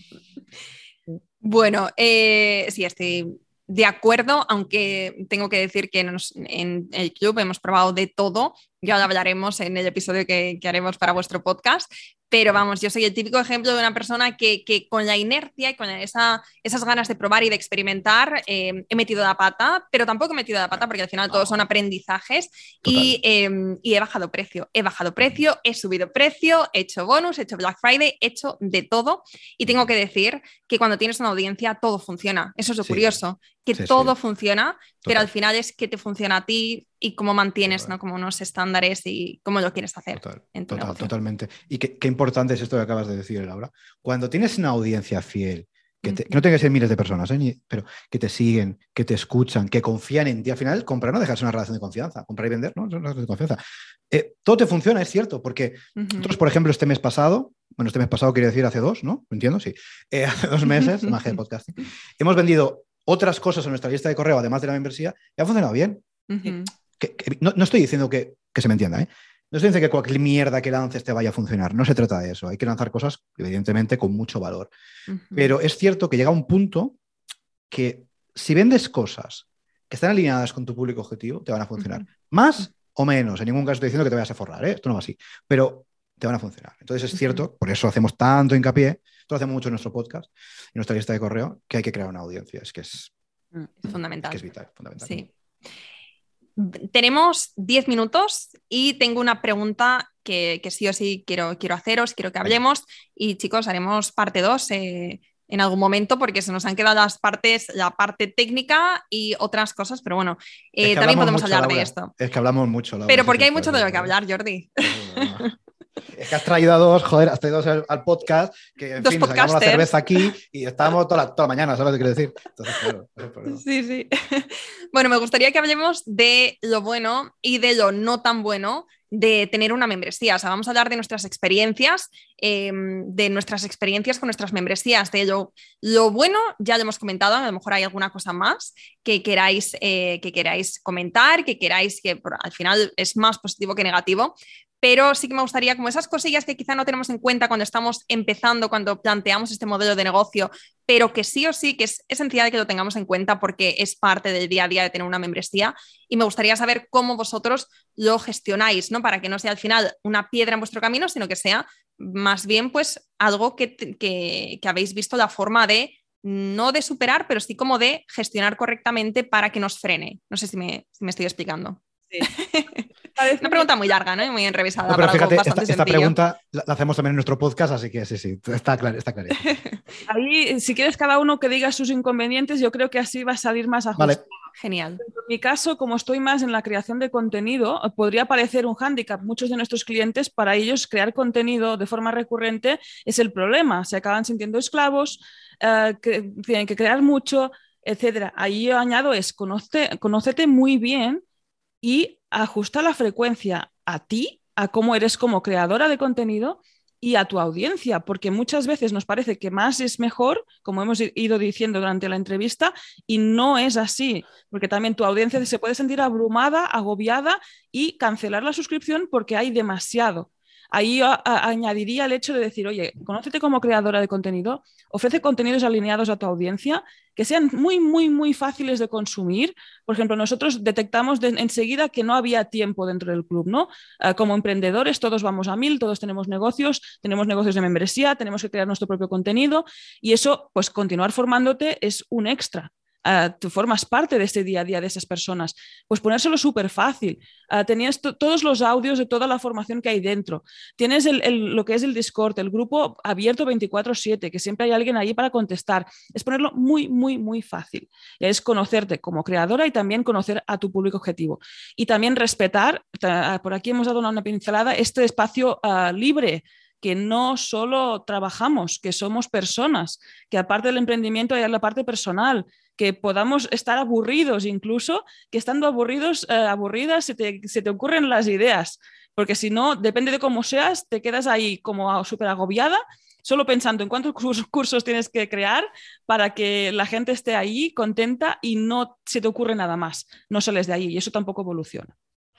Bueno, eh, sí, estoy de acuerdo, aunque tengo que decir que nos, en el club hemos probado de todo. Ya lo hablaremos en el episodio que, que haremos para vuestro podcast. Pero vamos, yo soy el típico ejemplo de una persona que, que con la inercia y con esa, esas ganas de probar y de experimentar eh, he metido la pata, pero tampoco he metido la pata porque al final todos son aprendizajes y, eh, y he bajado precio. He bajado precio, he subido precio, he hecho bonus, he hecho Black Friday, he hecho de todo. Y tengo que decir que cuando tienes una audiencia todo funciona. Eso es lo sí. curioso, que sí, todo sí. funciona, Total. Pero al final es que te funciona a ti y cómo mantienes, ¿no? Como unos estándares y cómo lo quieres hacer. Total, en tu total totalmente. Y qué, qué importante es esto que acabas de decir, Laura. Cuando tienes una audiencia fiel, que, te, uh-huh. que no tenga que ser miles de personas, ¿eh? Ni, pero que te siguen, que te escuchan, que confían en ti. Al final, comprar no dejarse una relación de confianza. Comprar y vender, ¿no? Es una relación de confianza. Eh, todo te funciona, es cierto, porque uh-huh. nosotros, por ejemplo, este mes pasado, bueno, este mes pasado quiere decir hace dos, ¿no? ¿Me entiendo? Sí. Eh, hace dos meses, magia de podcasting, hemos vendido otras cosas en nuestra lista de correo, además de la membresía, y ha funcionado bien. Uh-huh. Que, que, no, no estoy diciendo que, que se me entienda, ¿eh? No estoy diciendo que cualquier mierda que lances te vaya a funcionar. No se trata de eso. Hay que lanzar cosas, evidentemente, con mucho valor. Uh-huh. Pero es cierto que llega un punto que si vendes cosas que están alineadas con tu público objetivo, te van a funcionar. Uh-huh. Más o menos. En ningún caso estoy diciendo que te vayas a forrar, ¿eh? Esto no va así. Pero te van a funcionar. Entonces es cierto, uh-huh. por eso hacemos tanto hincapié, esto lo hacemos mucho en nuestro podcast, en nuestra lista de correo, que hay que crear una audiencia. Es que es, es fundamental. Es que es vital, fundamental. Sí. Tenemos diez minutos y tengo una pregunta que, que sí o sí quiero, quiero haceros, quiero que hablemos. Y chicos, haremos parte dos eh, en algún momento porque se nos han quedado las partes, la parte técnica y otras cosas, pero bueno, eh, también podemos mucho, hablar Laura. de esto. Es que hablamos mucho, Laura. Pero porque hay mucho de lo que hablar, Jordi. Es que has traído a dos, joder, has traído al, al podcast, que en dos fin, sacamos la cerveza aquí y estábamos toda la, toda la mañana, ¿sabes lo que quiero decir? Entonces, claro, no sí, sí. Bueno, me gustaría que hablemos de lo bueno y de lo no tan bueno de tener una membresía. O sea, vamos a hablar de nuestras experiencias, eh, de nuestras experiencias con nuestras membresías. De lo, lo bueno, ya lo hemos comentado, a lo mejor hay alguna cosa más que queráis, eh, que queráis comentar, que queráis que por, al final es más positivo que negativo. Pero sí que me gustaría, como esas cosillas que quizá no tenemos en cuenta cuando estamos empezando, cuando planteamos este modelo de negocio, pero que sí o sí que es esencial que lo tengamos en cuenta porque es parte del día a día de tener una membresía. Y me gustaría saber cómo vosotros lo gestionáis, ¿no? Para que no sea al final una piedra en vuestro camino, sino que sea más bien pues algo que, que, que habéis visto la forma de, no de superar, pero sí como de gestionar correctamente para que nos frene. No sé si me, si me estoy explicando. Sí. Una pregunta muy larga, ¿no? Y muy enrevesada. No, pero para fíjate, algo bastante esta, esta sencillo. pregunta la, la hacemos también en nuestro podcast, así que sí, sí, está claro. Está claro. Ahí, si quieres cada uno que diga sus inconvenientes, yo creo que así va a salir más ajustado. Vale. Genial. En mi caso, como estoy más en la creación de contenido, podría parecer un hándicap. Muchos de nuestros clientes, para ellos, crear contenido de forma recurrente es el problema. Se acaban sintiendo esclavos, uh, que tienen que crear mucho, etcétera. Ahí yo añado es, conoce, conócete muy bien y ajusta la frecuencia a ti, a cómo eres como creadora de contenido y a tu audiencia, porque muchas veces nos parece que más es mejor, como hemos ido diciendo durante la entrevista, y no es así, porque también tu audiencia se puede sentir abrumada, agobiada y cancelar la suscripción porque hay demasiado. Ahí a, a, añadiría el hecho de decir, oye, conócete como creadora de contenido, ofrece contenidos alineados a tu audiencia, que sean muy, muy, muy fáciles de consumir. Por ejemplo, nosotros detectamos de, enseguida que no había tiempo dentro del club, ¿no? Uh, como emprendedores, todos vamos a mil, todos tenemos negocios, tenemos negocios de membresía, tenemos que crear nuestro propio contenido y eso, pues continuar formándote es un extra. Uh, tú formas parte de este día a día de esas personas, pues ponérselo súper fácil. Uh, tenías todos los audios de toda la formación que hay dentro. Tienes el, el, lo que es el Discord, el grupo abierto veinticuatro siete, que siempre hay alguien ahí para contestar. Es ponerlo muy, muy, muy fácil. Es conocerte como creadora y también conocer a tu público objetivo. Y también respetar, uh, por aquí hemos dado una, una pincelada, este espacio uh, libre, que no solo trabajamos, que somos personas, que aparte del emprendimiento hay la parte personal, que podamos estar aburridos incluso, que estando aburridos, eh, aburridas se te, se te ocurren las ideas, porque si no, depende de cómo seas, te quedas ahí como súper agobiada, solo pensando en cuántos cursos, cursos tienes que crear para que la gente esté ahí contenta y no se te ocurre nada más, no sales de ahí y eso tampoco evoluciona.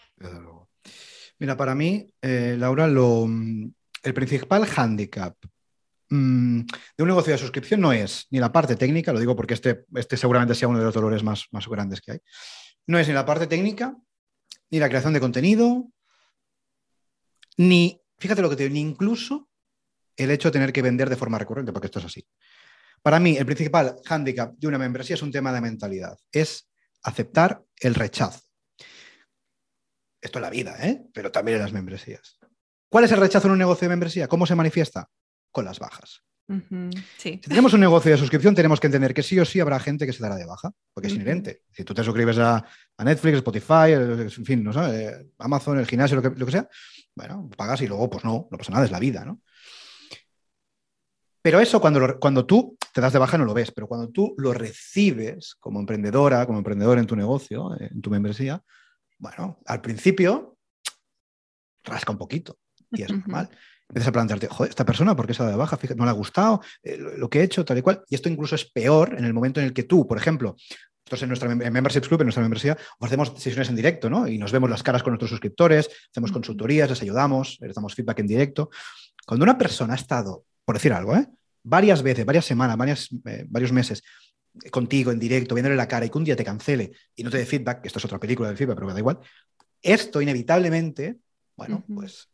Mira, para mí, eh, Laura, lo... el principal hándicap mmm, de un negocio de suscripción no es ni la parte técnica, lo digo porque este, este seguramente sea uno de los dolores más, más grandes que hay, no es ni la parte técnica, ni la creación de contenido, ni, fíjate lo que te digo, ni incluso el hecho de tener que vender de forma recurrente, porque esto es así. Para mí, el principal hándicap de una membresía es un tema de mentalidad, es aceptar el rechazo. Esto es la vida, ¿eh? Pero también en las membresías. ¿Cuál es el rechazo en un negocio de membresía? ¿Cómo se manifiesta? Con las bajas. Uh-huh, sí. Si tenemos un negocio de suscripción, tenemos que entender que sí o sí habrá gente que se dará de baja, porque uh-huh. es inherente. Si tú te suscribes a, a Netflix, Spotify, en fin, no sé, Amazon, el gimnasio, lo que, lo que sea, bueno, pagas y luego, pues no, no pasa nada, es la vida, ¿no? Pero eso cuando, lo, cuando tú te das de baja no lo ves, pero cuando tú lo recibes como emprendedora, como emprendedor en tu negocio, en tu membresía, bueno, al principio rasca un poquito. Y es normal. empiezas a plantearte, joder, esta persona, ¿por qué se ha dado de baja? Fíjate, no le ha gustado eh, lo, lo que he hecho, tal y cual. Y esto incluso es peor en el momento en el que tú, por ejemplo, nosotros en nuestra en Membership Club, en nuestra membresía, hacemos sesiones en directo, ¿no? Y nos vemos las caras con nuestros suscriptores, hacemos consultorías, les ayudamos, les damos feedback en directo. Cuando una persona ha estado, por decir algo, ¿eh? varias veces, varias semanas, varias, eh, varios meses contigo en directo, viéndole la cara y que un día te cancele y no te dé feedback, que esto es otra película del feedback, pero me da igual, esto inevitablemente, bueno, uh-huh. pues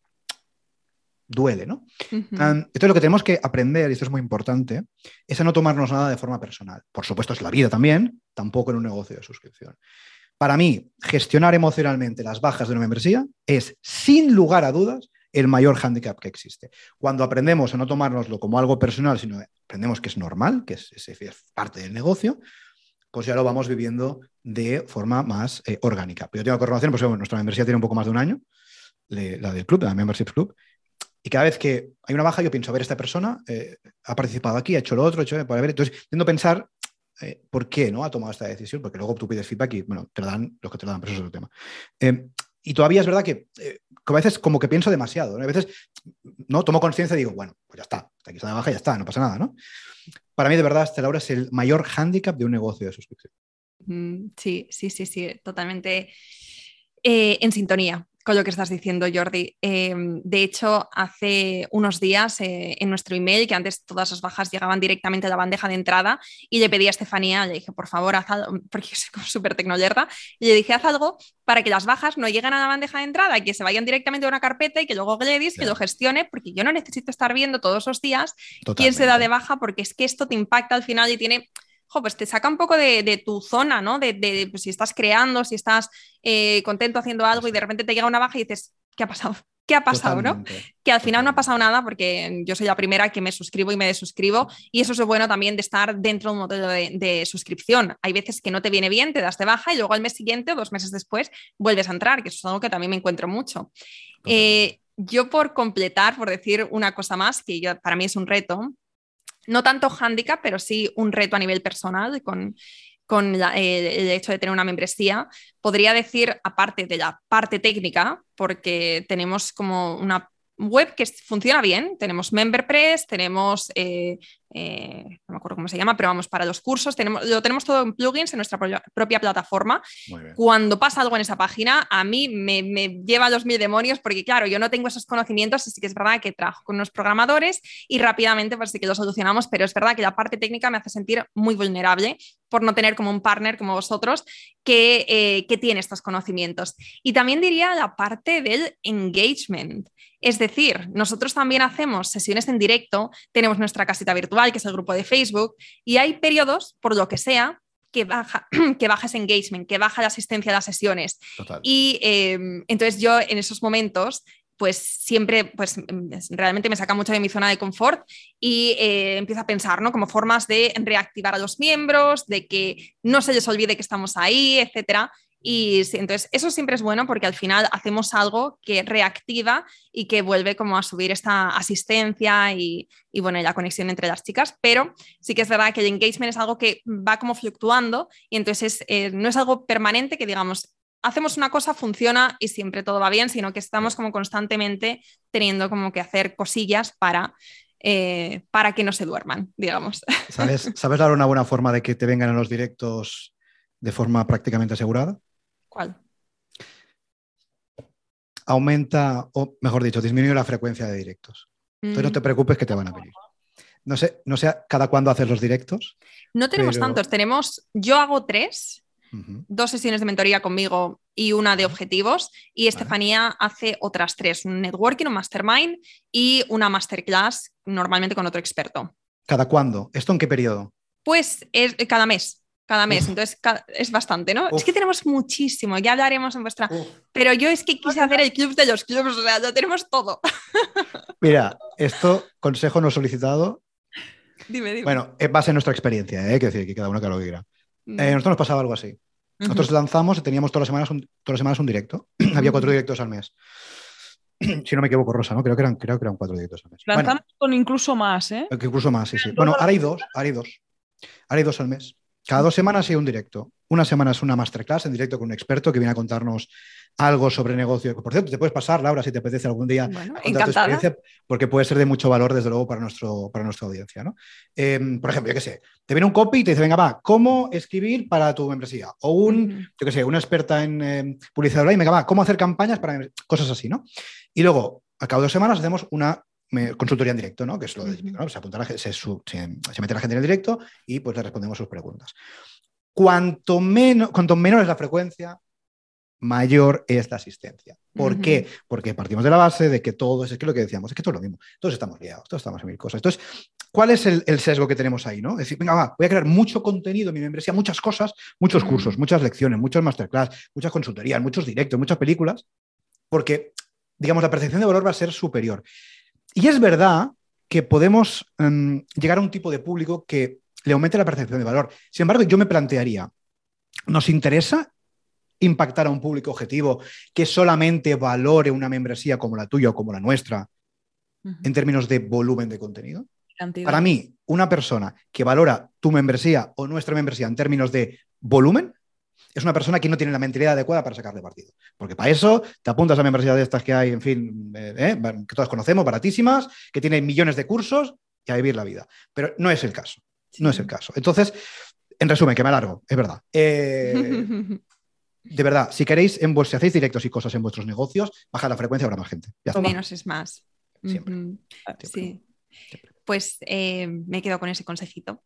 duele, ¿no? Uh-huh. Um, entonces lo que tenemos que aprender, y esto es muy importante, es a no tomarnos nada de forma personal. Por supuesto es la vida también, tampoco en un negocio de suscripción. Para mí, gestionar emocionalmente las bajas de una membresía es, sin lugar a dudas, el mayor hándicap que existe. Cuando aprendemos a no tomárnoslo como algo personal, sino aprendemos que es normal, que es, es, es parte del negocio, pues ya lo vamos viviendo de forma más eh, orgánica. Pero yo tengo que reconocer, pues bueno, nuestra membresía tiene un poco más de un año, le, la del club, la Membership Club, y cada vez que hay una baja yo pienso, a ver, esta persona eh, ha participado aquí, ha hecho lo otro, ha hecho, para ver, entonces intento pensar eh, por qué no ha tomado esta decisión, porque luego tú pides feedback y bueno, te lo dan los que te lo dan, pero eso es otro tema. Eh, y todavía es verdad que, eh, que a veces como que pienso demasiado, ¿no? A veces no tomo conciencia y digo, bueno, pues ya está, hasta aquí está de baja y ya está, no pasa nada, ¿no? Para mí, de verdad, este, Laura, es el mayor hándicap de un negocio de suscripción. Sí, sí, sí, sí, totalmente eh, en sintonía con lo que estás diciendo, Jordi. Eh, de hecho, hace unos días eh, en nuestro email, que antes todas las bajas llegaban directamente a la bandeja de entrada, y le pedí a Estefanía, le dije, por favor, haz algo, porque soy súper tecnolerda, y le dije, haz algo para que las bajas no lleguen a la bandeja de entrada, y que se vayan directamente a una carpeta y que luego Gladys yeah. que lo gestione, porque yo no necesito estar viendo todos los días Totalmente. quién se da de baja, porque es que esto te impacta al final y tiene... Jo, pues te saca un poco de, de tu zona, ¿no? De, de pues si estás creando, si estás eh, contento haciendo algo y de repente te llega una baja y dices, ¿qué ha pasado? ¿Qué ha pasado, Totalmente. ¿no? Que al final Totalmente. no ha pasado nada porque yo soy la primera que me suscribo y me desuscribo, y eso es lo bueno también de estar dentro de un modelo de, de suscripción. Hay veces que no te viene bien, te das de baja y luego al mes siguiente o dos meses después vuelves a entrar, que eso es algo que también me encuentro mucho. Eh, yo por completar, por decir una cosa más, que yo, para mí es un reto, no tanto hándicap, pero sí un reto a nivel personal con, con la, eh, el hecho de tener una membresía. Podría decir, aparte de la parte técnica, porque tenemos como una web que funciona bien, tenemos MemberPress, tenemos, eh, eh, no me acuerdo cómo se llama, pero vamos, para los cursos, tenemos, lo tenemos todo en plugins en nuestra pro- propia plataforma. Cuando pasa algo en esa página, a mí me, me lleva a los mil demonios, porque claro, yo no tengo esos conocimientos, y sí que es verdad que trabajo con unos programadores y rápidamente pues sí que lo solucionamos, pero es verdad que la parte técnica me hace sentir muy vulnerable por no tener como un partner como vosotros que, eh, que tiene estos conocimientos. Y también diría la parte del engagement. Es decir, nosotros también hacemos sesiones en directo, tenemos nuestra casita virtual, que es el grupo de Facebook, y hay periodos, por lo que sea, que baja, que baja ese engagement, que baja la asistencia a las sesiones. Total. Y eh, entonces yo en esos momentos pues siempre, pues realmente me saca mucho de mi zona de confort y eh, empiezo a pensar, ¿no? Como formas de reactivar a los miembros, de que no se les olvide que estamos ahí, etcétera. Y sí, entonces eso siempre es bueno porque al final hacemos algo que reactiva y que vuelve como a subir esta asistencia y, y bueno, y la conexión entre las chicas, pero sí que es verdad que el engagement es algo que va como fluctuando y entonces eh, no es algo permanente que digamos hacemos una cosa, funciona y siempre todo va bien, sino que estamos como constantemente teniendo como que hacer cosillas para, eh, para que no se duerman, digamos. ¿Sabes, ¿Sabes dar una buena forma de que te vengan a los directos de forma prácticamente asegurada? ¿Cuál? Aumenta, o mejor dicho, disminuye la frecuencia de directos. Entonces mm. no te preocupes que te van a venir. No sé, no sé cada cuándo haces los directos. No tenemos pero... tantos, tenemos, yo hago tres. Uh-huh. Dos sesiones de mentoría conmigo y una de objetivos, y Estefanía vale. hace otras tres, un networking, un mastermind y una masterclass normalmente con otro experto. ¿Cada cuándo? ¿Esto en qué periodo? Pues es cada mes, cada mes, Uf. entonces es bastante, ¿no? Uf. Es que tenemos muchísimo, ya hablaremos en vuestra... Uf. Pero yo es que quise hacer el club de los clubs, o sea, lo tenemos todo. Mira, esto, consejo no solicitado. Dime, dime. Bueno, es base en nuestra experiencia, ¿eh? Hay que decir que cada uno que lo quiera. Eh, nosotros nos pasaba algo así. Nosotros uh-huh. lanzamos y teníamos todas las semanas un, todas las semanas un directo. Uh-huh. Había cuatro directos al mes. Si no me equivoco, Rosa, ¿no? Creo que eran, creo que eran cuatro directos al mes. Lanzamos bueno, con incluso más, ¿eh? Incluso más, sí, sí. Bueno, ahora hay dos, ahora hay dos. Ahora hay dos al mes. Cada dos semanas hay un directo. Una semana es una masterclass en directo con un experto que viene a contarnos algo sobre negocio. Por cierto, te puedes pasar, Laura, si te apetece algún día Bueno, contar tu encantada. experiencia, porque puede ser de mucho valor, desde luego, para, nuestro, para nuestra audiencia, ¿no? Eh, por ejemplo, yo qué sé, te viene un copy y te dice, venga, va, ¿cómo escribir para tu membresía? O un, Uh-huh. yo qué sé, una experta en eh, publicidad online, venga, va, ¿cómo hacer campañas para cosas así, ¿no? Y luego, a cabo de dos semanas, hacemos una me, consultoría en directo, ¿no? Que es lo de, Uh-huh. ¿no? Se, apunta la, se, se, se mete la gente en el directo y pues le respondemos sus preguntas. Cuanto, menos, cuanto menor es la frecuencia, mayor es la asistencia. ¿Por uh-huh. qué? Porque partimos de la base de que todo es, es que lo que decíamos, es que todo es lo mismo. Todos estamos liados, todos estamos en mil cosas. Entonces, ¿cuál es el, el sesgo que tenemos ahí, no? Es decir, venga, va, voy a crear mucho contenido en mi membresía, muchas cosas, muchos uh-huh. cursos, muchas lecciones, muchos masterclass, muchas consultorías, muchos directos, muchas películas, porque, digamos, la percepción de valor va a ser superior. Y es verdad que podemos um, llegar a un tipo de público que le aumente la percepción de valor. Sin embargo, yo me plantearía, ¿nos interesa impactar a un público objetivo que solamente valore una membresía como la tuya o como la nuestra uh-huh. en términos de volumen de contenido? Cantidad. Para mí, una persona que valora tu membresía o nuestra membresía en términos de volumen es una persona que no tiene la mentalidad adecuada para sacarle partido. Porque para eso te apuntas a membresías de estas que hay, en fin, eh, eh, que todas conocemos, baratísimas, que tienen millones de cursos y a vivir la vida. Pero no es el caso. Sí. No es el caso. Entonces, en resumen, que me alargo, es verdad. Eh, de verdad, si queréis, en, si hacéis directos y cosas en vuestros negocios, baja la frecuencia, habrá más gente. Ya está. Menos es más. Siempre. Uh-huh. Siempre. Sí. Siempre. Pues eh, me quedo con ese consejito.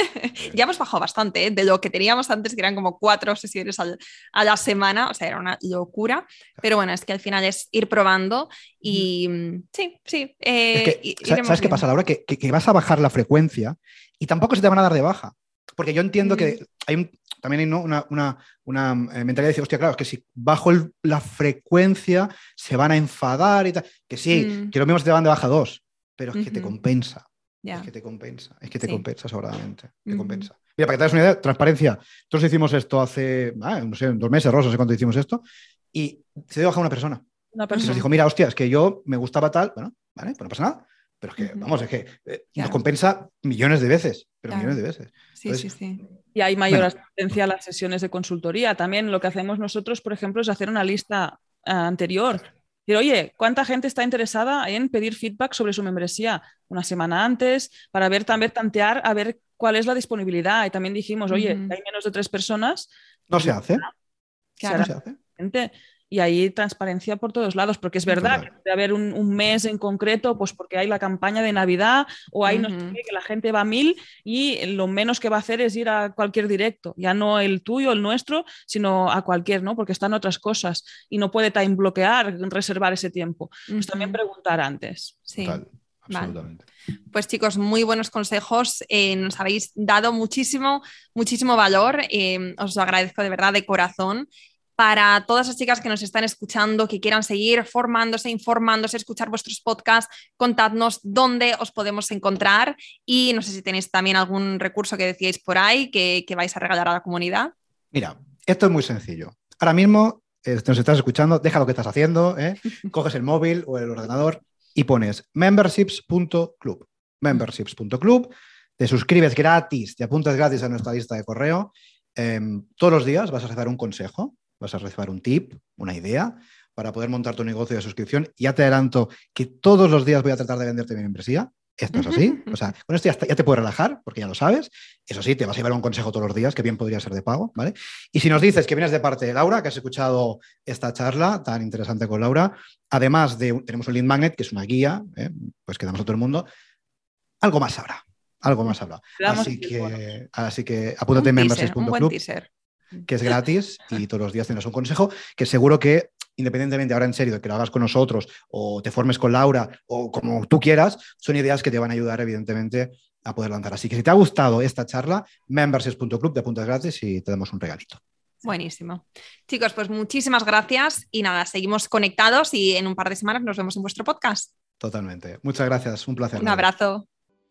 Ya hemos bajado bastante, ¿eh? De lo que teníamos antes, que eran como cuatro sesiones al, a la semana, o sea, era una locura. Pero bueno, es que al final es ir probando y mm. sí, sí. Eh, es que, ¿sabes bien. qué pasa, Laura? Que, que, que vas a bajar la frecuencia y tampoco se te van a dar de baja. Porque yo entiendo mm. que hay un, también hay ¿no? una, una, una mentalidad de decir, hostia, claro, es que si bajo el, la frecuencia se van a enfadar y tal. Que sí, mm. que lo mismo se te van de baja dos, pero es uh-huh. que te compensa. Yeah. Es que te compensa, es que te sí. compensa sobradamente, te uh-huh. compensa. Mira, para que te hagas una idea, transparencia, nosotros hicimos esto hace, ah, no sé, dos meses, Rosa, no sé cuánto hicimos esto, y se dio baja una persona. Una persona. Y nos dijo, mira, hostia, es que yo me gustaba tal, bueno, vale, pues no pasa nada, pero es que, uh-huh. vamos, es que eh, claro. nos compensa millones de veces, pero claro. millones de veces. Sí, Entonces, sí, sí. Y hay mayor bueno. asistencia a las sesiones de consultoría. También lo que hacemos nosotros, por ejemplo, es hacer una lista uh, anterior. Claro. Decir, oye, ¿cuánta gente está interesada en pedir feedback sobre su membresía una semana antes para ver, también tantear a ver cuál es la disponibilidad? Y también dijimos, oye, uh-huh. hay menos de tres personas. No se hace. Claro. No se hace. Gente, y hay transparencia por todos lados, porque es verdad Total. que puede haber un, un mes en concreto, pues porque hay la campaña de Navidad o hay uh-huh. no sé qué, que la gente va a mil y lo menos que va a hacer es ir a cualquier directo, ya no el tuyo, el nuestro, sino a cualquier, ¿no? Porque están otras cosas y no puede time bloquear, reservar ese tiempo. Uh-huh. Pues también preguntar antes. Sí. Total. Absolutamente. Vale. Pues chicos, muy buenos consejos, eh, nos habéis dado muchísimo, muchísimo valor, eh, os lo agradezco de verdad de corazón. Para todas las chicas que nos están escuchando, que quieran seguir formándose, informándose, escuchar vuestros podcasts, contadnos dónde os podemos encontrar y no sé si tenéis también algún recurso que decíais por ahí que, que vais a regalar a la comunidad. Mira, esto es muy sencillo. Ahora mismo eh, nos estás escuchando, deja lo que estás haciendo, ¿eh? coges el móvil o el ordenador y pones memberships punto club. memberships punto club, te suscribes gratis, te apuntas gratis a nuestra lista de correo. Eh, todos los días vas a recibir un consejo. Vas a recibir un tip, una idea para poder montar tu negocio de suscripción. Ya te adelanto que todos los días voy a tratar de venderte mi membresía. Esto es así. O sea, con esto ya, ya te puedes relajar porque ya lo sabes. Eso sí, te vas a llevar un consejo todos los días que bien podría ser de pago, ¿vale? Y si nos dices que vienes de parte de Laura, que has escuchado esta charla tan interesante con Laura, además de, tenemos un lead magnet, que es una guía, ¿eh? pues que damos a todo el mundo, algo más habrá. Algo más habrá. Así que, así que apúntate en memberships punto club. Que es gratis y todos los días tendrás un consejo que seguro que, independientemente ahora en serio de que lo hagas con nosotros o te formes con Laura o como tú quieras, son ideas que te van a ayudar evidentemente a poder lanzar. Así que si te ha gustado esta charla, memberships punto club, te apuntas gratis y te damos un regalito. Buenísimo. Chicos, pues muchísimas gracias y nada, seguimos conectados y en un par de semanas nos vemos en vuestro podcast. Totalmente. Muchas gracias. Un placer. Un abrazo.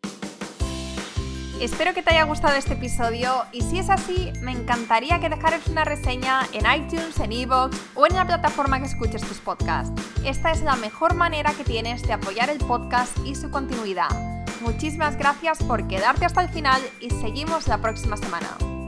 Espero que te haya gustado este episodio y si es así, me encantaría que dejaras una reseña en iTunes, en iVoox o en la plataforma que escuches tus podcasts. Esta es la mejor manera que tienes de apoyar el podcast y su continuidad. Muchísimas gracias por quedarte hasta el final y seguimos la próxima semana.